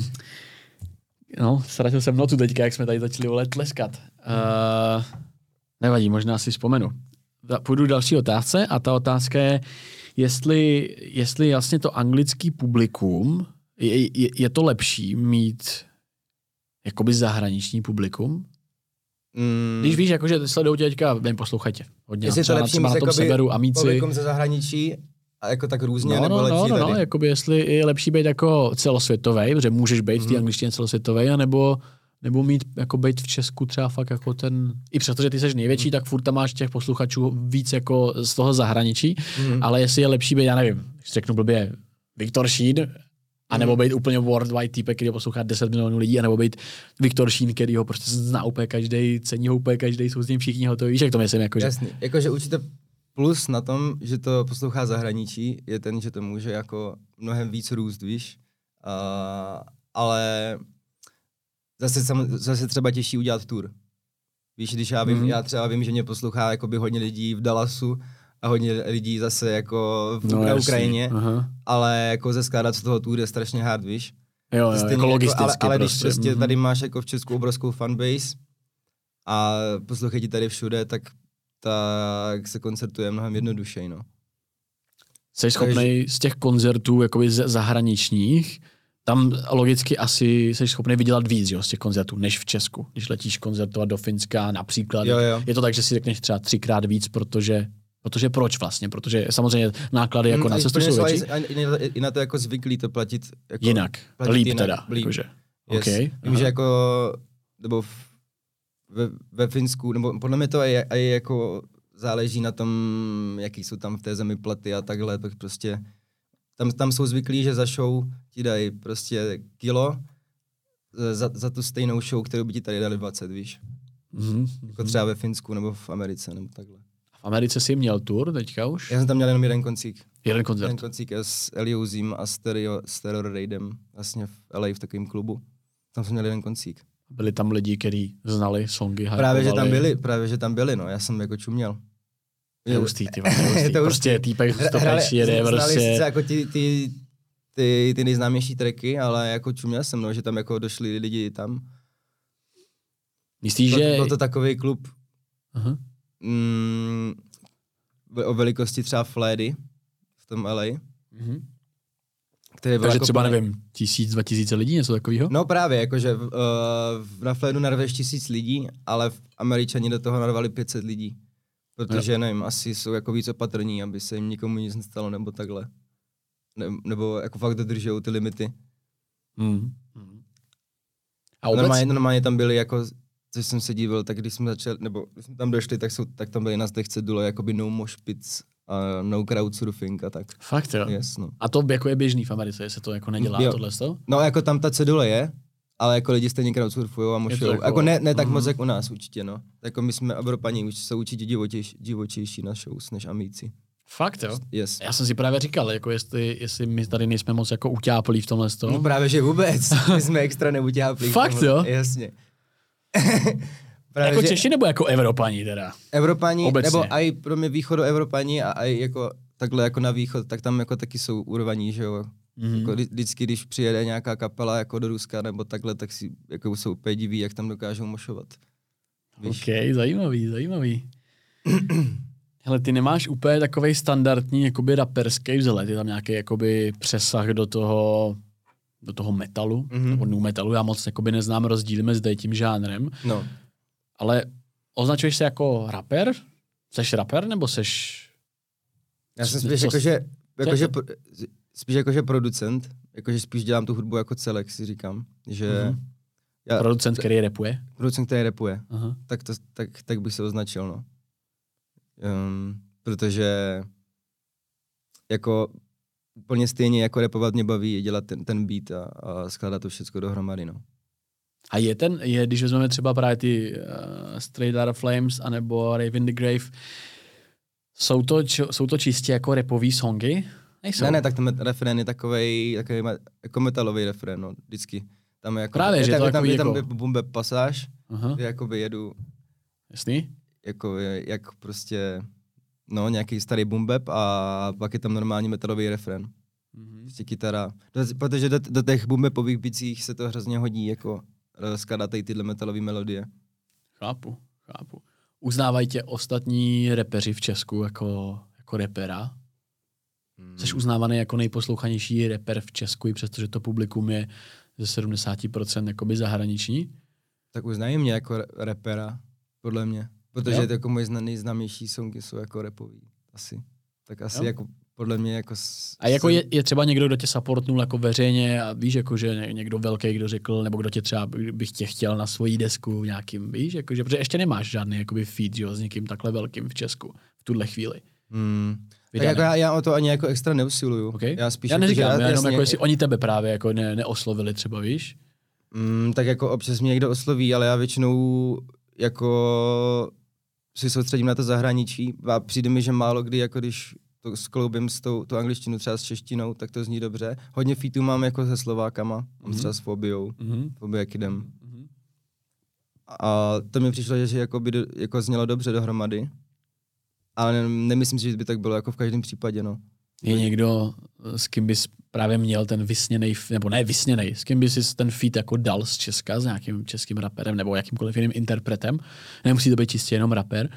no, ztratil jsem notu teďka, jak jsme tady začali volet tleskat. Uh, nevadí, možná si vzpomenu. Půjdu další otázce a ta otázka je, jestli, jestli jasně to anglický publikum, je, je, je to lepší mít jakoby zahraniční publikum? Mm. Když víš, jakože sledují tě teďka, nevím, poslouchajte. Hodně, jestli třeba, to lepší třeba na tom severu Amici. Publikum ze zahraničí a jako tak různě, no, nebo no, lepší no, tady? No, jakoby jestli je lepší být jako celosvětovej, protože můžeš být mm. v té angličtině celosvětovej, anebo nebo mít jako být v Česku třeba fakt jako ten, i přesto, že ty seš největší, mm. tak furt tam máš těch posluchačů víc jako z toho zahraničí, mm. ale jestli je lepší být, já nevím, když řeknu blbě Viktor Šín, a nebo být úplně worldwide týpek, který ho poslouchá deset milionů lidí, a nebo být Viktor Šín, který ho prostě zná úplně každý, cení ho úplně každý, jsou s ním všichni hotoví. Víš, jak to myslím? Jako, jasný, jakože určitě plus na tom, že to poslouchá zahraničí, je ten, že to může jako mnohem víc růst, víš. Uh, ale zase, sam, zase třeba těžší udělat tour. Víš, když já vím, mm. já třeba vím, že mě poslouchá jakoby hodně lidí v Dallasu a hodně lidí zase jako v, no, na Ukrajině, aha. ale jako zeskládat z toho tour je strašně hard, víš. Jo, jo, jako logisticky ale, ale prostě. když prostě mm. tady máš jako v Česku obrovskou fanbase a poslouchají ti tady všude, tak tak se koncertuje mnohem jednodušeji, no. Jsi schopnej z těch koncertů jakoby zahraničních, tam logicky asi jsi schopnej vydělat víc, jo, z těch koncertů, než v Česku. Když letíš koncertovat do Finska například, jo, jo. je to tak, že si řekneš třeba třikrát víc, protože Protože proč vlastně? Protože samozřejmě náklady jako Hmm, na a cestu protože jsou jsou větší. i- i- i na to jako zvyklí to platit jako, Jinak. platit Líp jinak, teda. líp. Jakože. Yes. Okay, Vím, aha. že jako, nebo v, ve, ve Finsku, nebo podle mě to je, je jako záleží na tom, jaký jsou tam v té zemi platy a takhle, tak prostě tam, tam jsou zvyklí, že za show ti dají prostě kilo za, za tu stejnou show, kterou by ti tady dali dvacet, víš. Mm-hmm. Jako třeba ve Finsku nebo v Americe nebo takhle. V Americe jsi měl tour teďka už? Já jsem tam měl jenom jeden koncík. Jeden koncert. Jeden koncík s Eliozim a Stereo, s Terror Raidem vlastně v L A v takovém klubu. Tam jsem měl jeden koncík. Byli tam lidi, kteří znali songy, Právě, že tam hypovali. byli, právě, že tam byli, no. Já jsem jako čuměl. To je hustý, ty vole, to je Je hustý. to Prostě hustý. týpek Hra- to hráli- peč jede, znali prostě. sice jako ty, ty, ty, ty nejznámější tracky, ale jako čuměl jsem, no, že tam jako došli lidi tam. Myslíš, Byl, že... byl to takový klub Aha. mm, o velikosti třeba Fledy v tom L A, Mhm. který byl Takže jako třeba, plný- nevím, tisíc, dva tisíce lidí, něco takového? No právě, jakože uh, na Fledu narveš tisíc lidí, ale v Američani do toho narvali pět set lidí. Protože, nevím, asi jsou jako víc opatrní, aby se jim nikomu nic nestalo, nebo takhle. Ne, nebo jako fakt dodržují ty limity. Mm. A vůbec? Normálně, normálně tam byli jako, což jsem se divil, tak když jsme začali, nebo když jsme tam došli, tak, jsou, tak tam byli na zdechce dole jakoby no mosh pits a no crowdsurfing a tak. Fakt jo? Yes, no. A to jako je běžný v Americe, jestli to jako nedělá Jo. tohle to? No jako tam ta cedule je, ale jako lidi stejně crowdsurfujou a mošujou. jako- Jako ne, ne tak mhm. moc jak u nás určitě, no. Jako my jsme Evropani, už jsou určitě divočejší, divočejší na shows než Amíci. Fakt jo? Yes. Já jsem si právě říkal, jako jestli, jestli my tady nejsme moc jako utáplí v tomhle No toho. právě, že vůbec. My jsme extra neutáplí. Fakt, jo? Jasně. právě, Jako že Češi nebo jako Evropani teda? Evropani, Obecně. nebo i pro mě východoevropani a i jako takhle jako na východ, tak tam jako taky jsou urvaní, že jo. Mhm. Jako vždy- vždycky, když přijede nějaká kapela jako do Ruska nebo takhle, tak si jako jsou úplně diví, jak tam dokážou mošovat. Víš? OK, zajímavý, zajímavý. Hele, ty nemáš úplně takovej standardní jakoby raperský vzhled, je tam nějaký jakoby přesah do toho, do toho metalu, Mhm. nebo nu metalu, já moc jakoby neznám rozdíly mezi tím žánrem, No. ale označuješ se jako rapper? Seš rapper, nebo seš... Já jsem Co- spíš co- jakože, jakože, to? pro- spíš jakože producent, jakože spíš dělám tu hudbu jako celek, si říkám, že Mhm. já, Producent, který rapuje? producent, který rapuje, Aha. tak, to, tak, tak bych se označil, no. Um, protože jako úplně stejně jako rapovat mě baví dělat ten, ten beat a, a skládat to všechno dohromady, no. A je ten, je, když vezmeme třeba právě ty uh, Straight Outta Flames anebo Rave in the Grave, jsou to, či, jsou to čistě jako rapový songy? Nejsou. Ne, ne, tak ten met- refrén je takovej, takovej me- jako metalový refrén, no, vždycky. Tam je jako, Právě, je, že tam, to je tam, takový je tam jako- boom bap pasáž, Aha, kde jakoby jedu, jasný? jako je, jak prostě, no, nějaký starý boom bap a pak je tam normální metalový refrén. Mhm. Prostě kytara. Do, protože do, do těch boom bapových bicích se to hrozně hodí, jako eh, skládat tady tyhle metalové melodie. Chápu, chápu. Uznávají tě ostatní repeři v Česku jako, jako repera? Hmm. Jsi uznávaný jako nejposlouchanější reper v Česku, i přestože to publikum je ze sedmdesát procent jakoby zahraniční? Tak uznají mě jako ra- rapera, podle mě. Protože Jo? to jako moje zna- nejznámější songy jsou jako rapový. Asi. Tak asi Jo? jako podle mě jako... S, A jako jsem- je, je třeba někdo, kdo tě supportnul jako veřejně a víš, jako že ně- někdo velký, kdo řekl, nebo kdo tě třeba bych tě chtěl na svoji desku nějakým, víš, jako že, protože ještě nemáš žádný jakoby feed, jo, s někým takhle velkým v Česku v tuhle chvíli. Hmm. Tak Vydaný. jako já, já o to ani jako extra neusiluju. Okay. Já spíš já jako, neříkám, že, já jenom jasně, jako jestli oni tebe právě jako ne, neoslovili třeba, víš? Mm, tak jako občas mě někdo osloví, ale já většinou jako si soustředím na to zahraničí a přijde mi, že málo kdy, jako když to skloubím s tou, tou angličtinou třeba s češtinou, tak to zní dobře. Hodně featů mám jako se Slovákama, mám Mhm. třeba s Fobiou, Mhm. Fobia Kidem. Mhm. A to mi přišlo, že, že jako by do, jako znělo dobře dohromady. Ale ne, nemyslím si, že by tak bylo jako v každém případě, no. Je někdo, s kým bys právě měl ten vysněnej, nebo ne vysněnej, s kým bys si ten feat jako dal z Česka, s nějakým českým raperem nebo jakýmkoliv jiným interpretem? Nemusí to být čistě jenom rapper.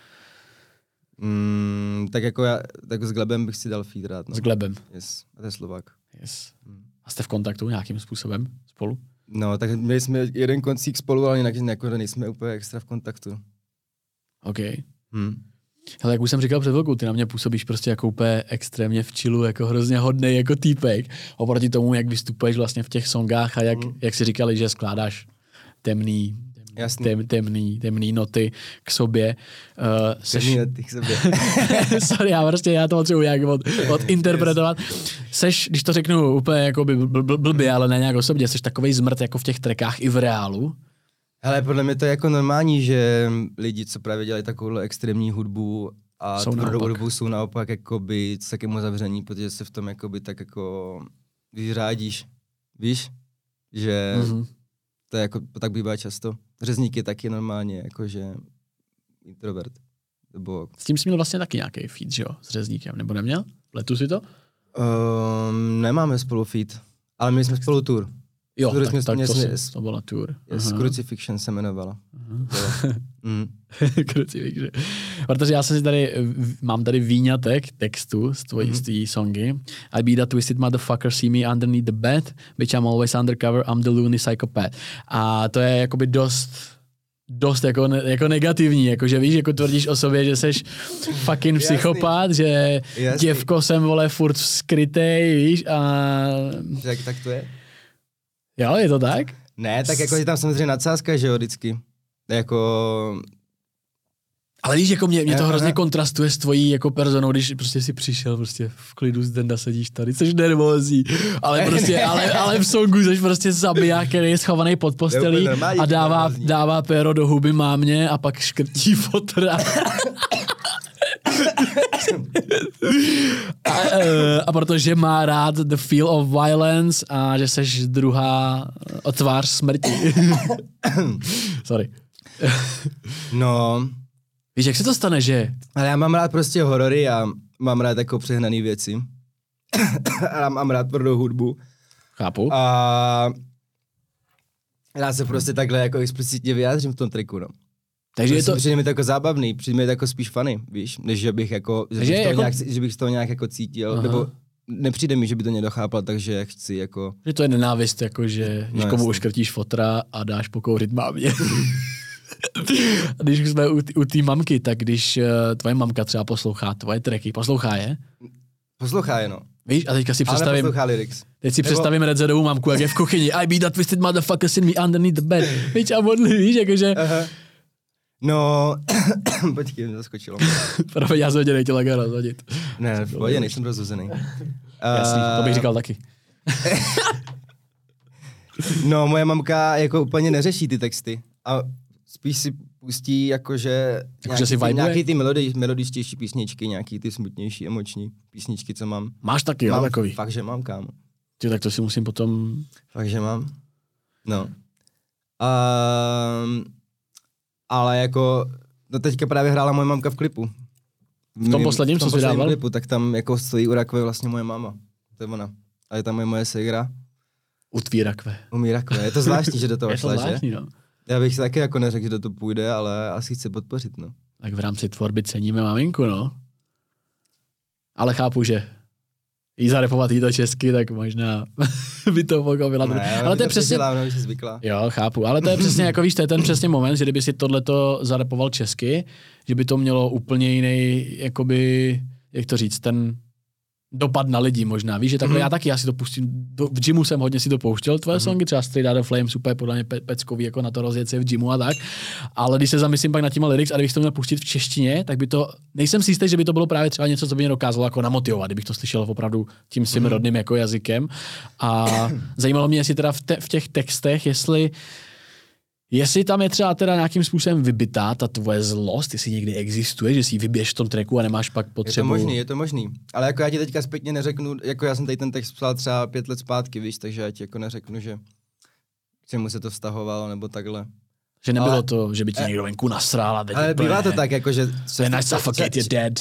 Mm, tak jako já, tak s Glebem bych si dal feed rád, no. S Glebem. Yes, a to je Slovák. Yes. Hmm. A jste v kontaktu nějakým způsobem spolu? No, tak měli jsme jeden koncík spolu, ale jinak jako nejsme úplně extra v kontaktu. OK. Hmm. Ale jak už jsem říkal před chvilkou, ty na mě působíš prostě jako úplně extrémně v chillu, jako hrozně hodnej jako týpek. Oproti tomu, jak vystupuješ vlastně v těch songách a jak, mm. jak si říkali, že skládáš temný, tem, temný, temný noty k sobě. Uh, seš... Temný noty k sobě. Sorry, já prostě já to potřebuji nějak od, odinterpretovat. Seš, když to řeknu úplně jako by bl, bl, blbě, ale ne nějak osobně, seš takovej zmrt jako v těch trackách i v reálu. Hele, podle mě to je jako normální, že lidi, co právě dělají takovouhle extrémní hudbu a jsou tvrdou naopak. hudbu, jsou naopak jakoby s takým zavření, protože se v tom jakoby tak jako vyřádíš, víš, že mm-hmm. to je jako, tak bývá často. Řezník je taky normálně jakože introvert. Nebo... S tím jsi měl vlastně taky nějaký feat, že jo, s Řezníkem, nebo neměl? Letu si to? Um, nemáme spolu feat, ale měli jsme spolu tour. Jo, tour tak, jsme, tak to, jsme, si, to byla tour. Yes, Crucifixion se jmenovala. mm. Crucifixion. Protože já jsem si tady, mám tady výňatek textu z tvojí mm-hmm. songy. I be that twisted motherfucker, see me underneath the bed, bitch I'm always undercover, I'm the loony psychopath. A to je jakoby dost dost jako, ne, jako negativní, jakože víš, jako tvrdíš o sobě, že seš fucking psychopat, že Jasný. Děvko jsem, vole, furt skrytej, víš, a... Tak, tak to je? Jo, je to tak? Ne, tak jako je tam samozřejmě nadsázka, že jo, vždycky. Jako... Ale víš, jako mě, mě to hrozně kontrastuje s tvojí jako personou, když prostě si přišel prostě v klidu z Denda, sedíš tady, jsi nervózní, ale prostě, ale, ale v songu jsi prostě zabiják, který je schovaný pod postelí a dává, dává péro do huby mámě a pak škrtí fotra. a, a protože má rád the feel of violence a že seš druhá tvář smrti. Sorry. No... Víš, jak se to stane, že? Ale já mám rád prostě horory a mám rád jako přehnaný věci. A mám rád tvrdou hudbu. Chápu. A já se prostě takhle jako explicitně vyjádřím v tom tracku, no. Takže je to... Přijde mi to jako zábavný, přijde mi to jako spíš funny, víš, než že bych jako, že, bych, jako... Nějak, že bych z toho nějak jako cítil, Aha. nebo nepřijde mi, že by to někdo chápal, takže chci jako... Že to je nenávist, jako že no, někomu uškrtíš fotra a dáš pokouřit mámě. Když jsme u té mamky, tak když uh, tvoje mamka třeba poslouchá tvoje tracky, poslouchá je? Poslouchá je, no. Víš, a teďka si ale představím... lyrics. Teď si Nebo... představím Redzedovu mamku, jak je v kuchyni. I be that twisted motherfucker, sit me underneath the bed. Víš, a modlí, víš, jakože... Aha. No, počkej, mě zaskočilo. Promiň, já jsem tě nechtěl takhle rozhodit. Ne, v pohodě, nejsem rozhozený. Jasný, to bych říkal taky. No, moje mamka jako úplně neřeší ty texty. A spíš si pustí jakože nějaký, nějaký, ty, nějaký ty melodi, melodičtější písničky, nějaký ty smutnější, emoční písničky, co mám. Máš taky, mám, jo, takový? Fakt, že mám, kámo. Ty, tak to si musím potom... Fakt, že mám. No. Um, ale jako, no teďka právě hrála moje mamka v klipu. V tom posledním, co jsi dával? Klipu, tak tam jako stojí u rakve vlastně moje máma. To je ona. A je tam moje, moje ségra. U tvý rakve. U mý rakve. Je to zvláštní, že do toho šla, že? Je to zvláštní, no. Já bych si taky jako neřekl, že do to půjde, ale asi chci podpořit, no. Tak v rámci tvorby ceníme maminku, no. Ale chápu, že jí zarepovat jí to česky, tak možná by to pochopila. Ne, ale to je přesně... Dělám, že zvykla. Jo, chápu, ale to je přesně, jako víš, to je ten přesně moment, že kdyby si tohleto zarepoval česky, že by to mělo úplně jiný, jakoby, jak to říct, ten dopad na lidi možná, víš, že takhle mm. já taky, já si to pustím, do, v gymu jsem hodně si to pouštěl, tvoje mm. songy, třeba Straight Outta Flames, úplně podle mě pe, peckový, jako na to rozjet se v gymu a tak, ale když se zamyslím pak na těma lyrics a kdybych to měl pustit v češtině, tak by to, nejsem si jistý, že by to bylo právě třeba něco, co by mě dokázalo jako namotivovat, kdybych to slyšel opravdu tím svým mm. rodným jako jazykem a zajímalo mě, jestli teda v, te, v těch textech, jestli Jestli tam je třeba teda nějakým způsobem vybitá ta tvoje zlost, jestli někdy existuje, že si ji vybiješ v tom tracku a nemáš pak potřebu... Je to možný, je to možný. Ale jako já ti teďka zpětně neřeknu, jako já jsem tady ten text psal třeba pět let zpátky, víš, takže já ti jako neřeknu, že k čemu se to vztahovalo, nebo takhle. Že nebylo ale, to, že by ti někdo venku nasrál a teď ale úplně, bývá to tak, jako že... When I suffocate, you're dead.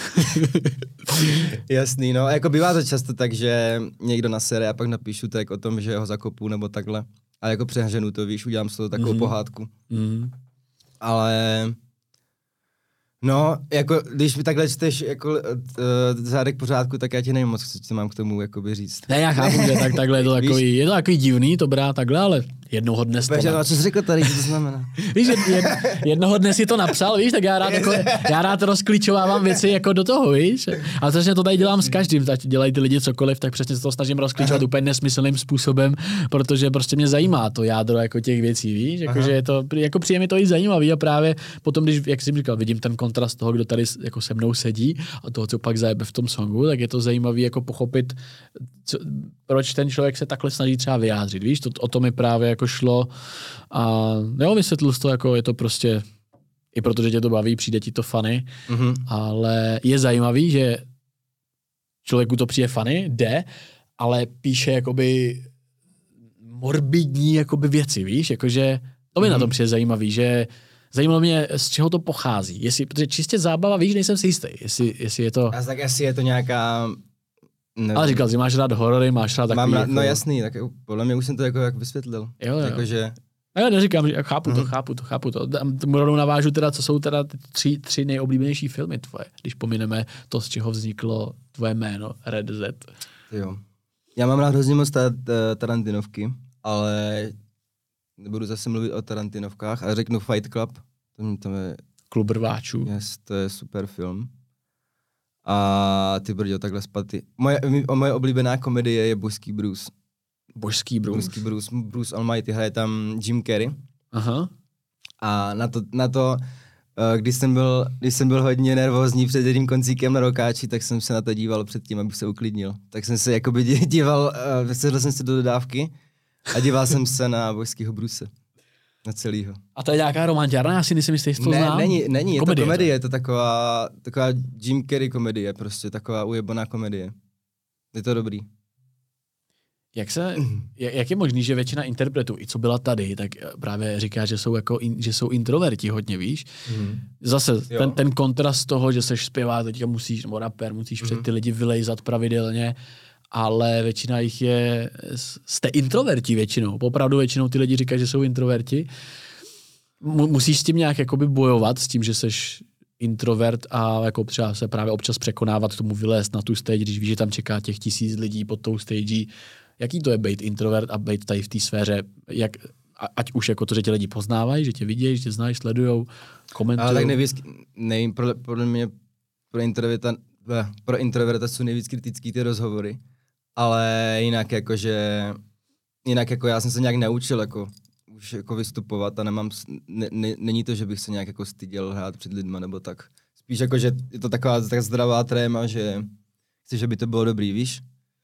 Jasný, no, jako bývá to často tak, že někdo nasere a pak napíšu track o tom, že ho zakopu nebo takhle. A jako přeženu to, víš, udělám z toho takovou mm. pohádku. Mm. Ale... No, jako, když mi takhle čteš jako uh, řádek pořádku, tak já ti nevím moc, co mám k tomu jakoby říct. Ne, já chápu, že tak, takhle je to takový, je to takový divný, to brát takhle, ale jednoho dne to... Na... Co jsi řekl tady, co to znamená? Víš, jed, jednoho dne si to napsal, víš, tak já rád, jako, já rád rozklíčovávám věci jako do toho, víš. Ale přesně to tady dělám s každým, tak dělají ty lidi cokoliv, tak přesně se to snažím rozklíčovat úplně nesmyslným způsobem, protože prostě mě zajímá to jádro jako těch věcí, víš, jakože je to, jako přijde mi to i zajímavý a právě potom, když, jak jsem říkal, vidím ten kontrast toho, kdo tady jako se mnou sedí a toho, co pak zajebe v tom songu, tak je to zajímavý jako pochopit, co, proč ten člověk se takhle snaží třeba vyjádřit, víš, to, o to mi právě jako šlo a jo, vysvětlil jsi to, jako je to prostě, i protože tě to baví, přijde ti to funny, mm-hmm. ale je zajímavý, že člověku to přijde funny, jde, ale píše jakoby morbidní jakoby věci, víš, jakože to mi mm-hmm. na tom přijde zajímavý, že zajímalo mě, z čeho to pochází, jestli, protože čistě zábava, víš, nejsem si jistý, jestli, jestli je to... A tak asi je to nějaká... Nevím. Ale říkal jsi, máš rád horory, máš rád takový... Mám rád, jako... No jasný, tak podle mě už jsem to jako jak vysvětlil. Jo, jo. Jakože... A já neříkám, že chápu to, chápu to, chápu to. Tomu rovnou navážu teda, co jsou teda ty tři, tři nejoblíbenější filmy tvoje, když pomineme to, z čeho vzniklo tvoje jméno, Red Z. Jo. Já mám rád hrozně moc Tarantinovky, ale nebudu zase mluvit o Tarantinovkách, ale řeknu Fight Club. To, to je... Klub rváčů. Yes, to je super film. A ty brďo, takhle spaty. Moje, moje oblíbená komedie je Božský Bruce. Božský Bruce. Božský Bruce, Bruce Almighty, hraje tam Jim Carrey. Aha. A na to, na to když, jsem byl, když jsem byl hodně nervózní před jedním koncíkem na Rokáči, tak jsem se na to díval předtím, abych se uklidnil. Tak jsem se jakoby díval, sedl jsem se do dodávky a díval jsem se na Božskýho Bruce. Na celýho. A to je nějaká romantiárna? Já si nejsem jistý, jestli to ne, znám. Není, není, je komedie, to komedie, je to taková, taková Jim Carrey komedie, prostě taková ujebaná komedie. Je to dobrý. Jak, se, jak je možný, že většina interpretů, i co byla tady, tak právě říká, že jsou, jako in, že jsou introverti hodně, víš? Mm. Zase ten, ten kontrast toho, že seš zpěvá, teďka musíš, nebo rapper, musíš mm. před ty lidi vylejzat pravidelně, ale většina jich je, jste introverti většinou, opravdu většinou ty lidi říkají, že jsou introverti. Musíš s tím nějak jakoby bojovat, s tím, že seš introvert a jako třeba se právě občas překonávat tomu vylézt na tu stage, když víš, že tam čeká těch tisíc lidí pod tou stage. Jaký to je být introvert a být tady v té sféře, jak, ať už jako to, že tě lidi poznávají, že tě vidí, že tě znají, sledujou, komentují. Ale tak nejvíc, nej, podle, podle mě pro introverta, pro introverta jsou nejvíc kritický ty rozhovory, ale jinak jakože, jinak jako já jsem se nějak naučil jako už jako vystupovat a nemám, ne, ne, není to, že bych se nějak jako styděl hrát před lidma nebo tak. Spíš jako, že je to taková tak zdravá tréma, že chci, že by to bylo dobrý, víš?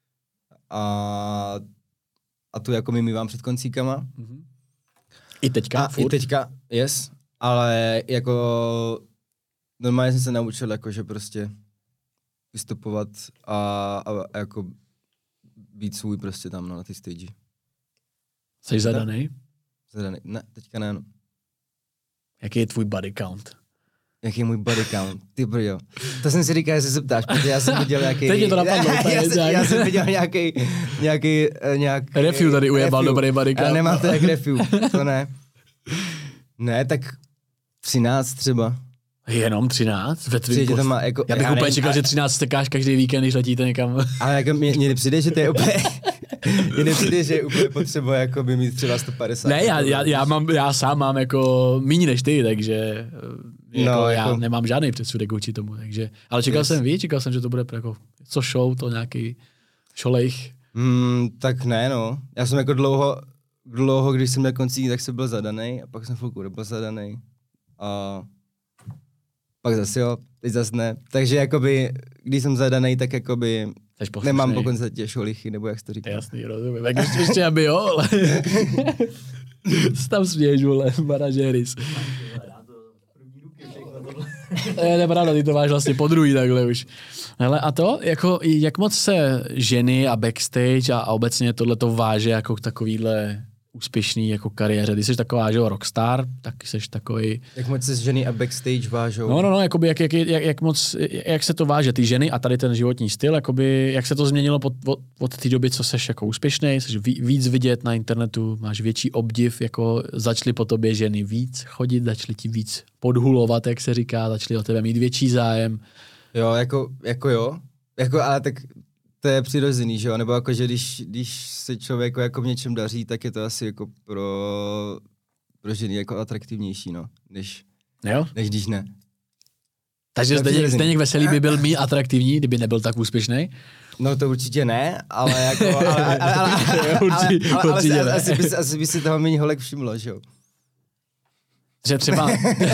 A, a tu jako my mývám před koncíkama. Mm-hmm. I teďka? A i teďka, yes, ale jako normálně jsem se naučil jako, že prostě vystupovat a, a, a jako být svůj prostě tam no, na té stage. Jsi zadanej? Zadanej, ne, teďka ne, no. Jaký je tvůj body count? Jaký je můj body count? Ty brjo. To jsem si říkal, jestli se ptáš, protože já jsem viděl nějaký... Teď je to napadlo. já, já, jsem, já jsem viděl nějaký... nějaký, nějaký Review tady ujebal dobrý body count. Já nemám to jak review, to ne. Ne, tak třináct třeba. Jenom třináct? Ve tvým post... má jako, já bych já úplně čekal, že třináct stekáš každý víkend, když letíte někam. Ale jako mě nepřijde, že to je úplně... Mně nepřijde, že je úplně potřeba jako by mít třeba sto padesát. Ne, já, já, já, mám, já sám mám jako míň než ty, takže jako no, já jako... nemám žádný předsudek vůči tomu. Takže, ale čekal yes. jsem víc, čekal jsem, že to bude jako co show, to nějaký šolejch. Mm, tak ne, no. Já jsem jako dlouho, dlouho, když jsem na konci, tak jsem byl zadaný a pak jsem chvilku nebyl zadaný. A pak zase jo, teď zase ne. Takže jakoby, když jsem zadaný, tak jakoby nemám po koncertě šolichy, nebo jak jsi to říkal. Jasný, rozumím. Tak ještě, ještě aby jo, ale... Tam směješ, vole, manažéris. Je nepravda, ty to máš vlastně po druhý takhle už. Hele, a to, jako, jak moc se ženy a backstage a, a obecně tohleto váže jako k takovýhle úspěšný jako kariéře. Ty jsi taková, že jo, rockstar, tak jsi takový... Jak moc se ženy a backstage vážou? No, no, no, jakoby jak, jak, jak, jak moc, jak se to váže, ty ženy a tady ten životní styl, jakoby, jak se to změnilo pod, od, od té doby, co jsi jako úspěšný, jsi víc vidět na internetu, máš větší obdiv, jako začaly po tobě ženy víc chodit, začaly ti víc podhulovat, jak se říká, začaly o tebe mít větší zájem. Jo, jako, jako jo, jako, ale tak to je přirozený, že jo? Nebo jako, že když, když se člověku jako v něčem daří, tak je to asi jako pro, pro ženy jako atraktivnější, no, než, jo? než když ne. Takže Zdeněk, Zdeněk Veselý by byl mý atraktivní, kdyby nebyl tak úspěšný? No to určitě ne, ale jako, ale, ale, ale, ale, ale, určitě, ale, ale určitě asi, ne. asi, by, asi by si toho méně holek všimlo, že jo? Že třeba...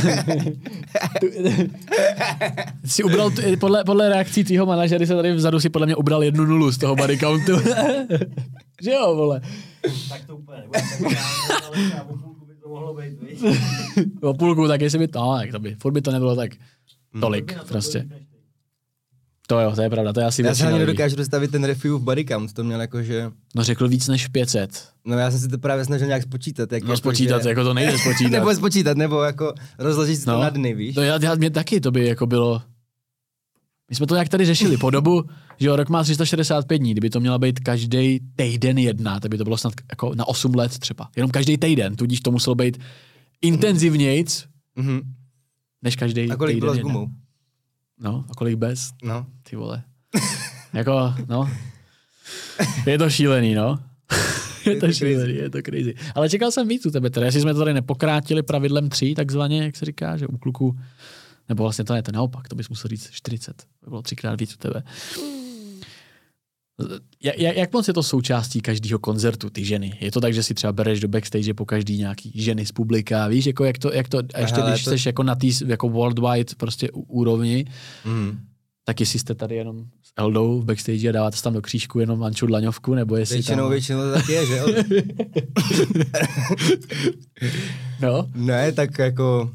si ubral, t- podle, podle reakcí tvýho manažery se tady vzadu si podle mě ubral jednu nulu z toho body countu. Že jo, vole. Tak to úplně nebude, ale třeba o půlku by to mohlo být, víš? O půlku, tak jestli by to, no, tak to by, furt by to nebylo tak tolik, prostě. To jo, to je pravda, to je asi Já se ani lidí. nedokážu dostavit ten review v body count, to měl jako, že... No řekl víc než pět set. No já jsem si to právě snažil nějak spočítat. Jak No jako, spočítat, že... jako to nejde spočítat. nebo spočítat, nebo jako rozložit si to No. na dny, víš? To já, já, mě taky to by jako bylo... My jsme to nějak tady řešili po dobu, že jo, rok má tři sta šedesát pět dní, kdyby to měla být každý týden jedna, tak by to bylo snad jako na osm let třeba. Jenom každý týden, tudíž to muselo být intenzivnějc, Mm-hmm. než každý A kolik týden bylo s jedna. gumou? No, a kolik bez? No. Ty vole. Jako, no. Je to šílený, no. Je to to šílený, je to crazy. Ale čekal jsem víc u tebe teda, jestli jsme to tady nepokrátili pravidlem tři, takzvaně, jak se říká, že u kluku, nebo vlastně to ne, to naopak, to bys musel říct čtyřicet. To bylo třikrát víc u tebe. Jak, jak moc je to součástí každého koncertu, ty ženy? Je to tak, že si třeba bereš do backstage po každý nějaký ženy z publika, víš, jako jak to, jak to a ještě Hele, když to... jsi jako na té jako worldwide prostě úrovni, Mm. tak jestli jste tady jenom s Eldou v backstage a dáváte tam do křížku jenom Anču Dlaňovku, nebo jestli Většinou, tam... většinou to tak je, že jo? No, Ne, tak jako...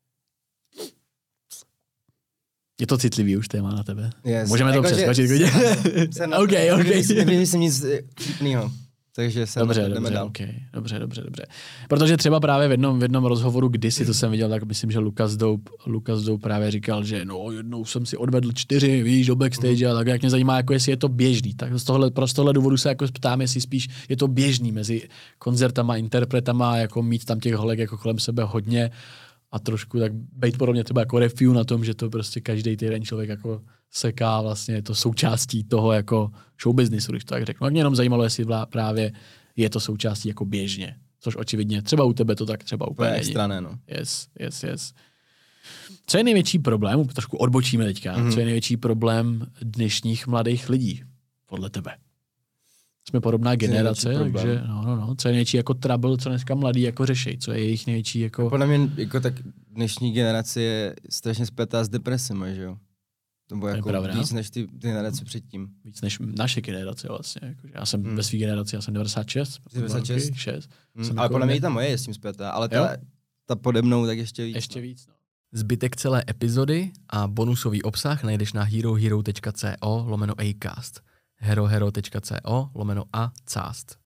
je to citlivý už téma na tebe. Yes. Můžeme to Jako, že přeskočit, klidně. se na- OK, OK. Nevymyslím nevymyslím nic vtipného. Takže se Dobře, jdeme dobře, dál. okay. dobře, dobře, dobře. Protože třeba právě v jednom, v jednom rozhovoru kdysi, to jsem viděl, tak myslím, že Lukas Dope, Lukas Dope právě říkal, že no jednou jsem si odvedl čtyři, víš, do backstage a tak jak mě zajímá, jako jestli je to běžný. Tak z tohle, z tohle důvodu se jako ptám, jestli spíš je to běžný mezi koncertama, interpretama, jako mít tam těch holek jako kolem sebe hodně a trošku tak být podobně třeba jako review na tom, že to prostě každý týden člověk jako seká, vlastně je to součástí toho jako show businessu, když to tak řeknu. A mě jenom zajímalo, jestli vlá, právě je to součástí jako běžně, což očividně třeba u tebe to tak třeba úplně není. Extra ne, no. Yes, yes, yes. Co je největší problém, trošku odbočíme teďka, mm-hmm. co je největší problém dnešních mladých lidí, podle tebe? Jsme podobná generace, takže no, no, no. Co je největší jako trouble, co dneska mladí jako řeší, co je jejich největší jako... Podle mě jako tak dnešní generace je strašně spletá s depresemi, že jo? Nebo jako víc než ty, ty generace předtím. Víc než naše generace vlastně. Jako, já jsem hmm. ve své generaci, já jsem devadesát šest. devadesát šest? šest. Hmm. Ale podle mě i ta moje je s tím spletá, ale ta, ta pode mnou tak ještě víc. Ještě víc, no. Zbytek celé epizody a bonusový obsah najdeš na herohero tečka co lomeno acast. herohero tečka co lomeno a cast.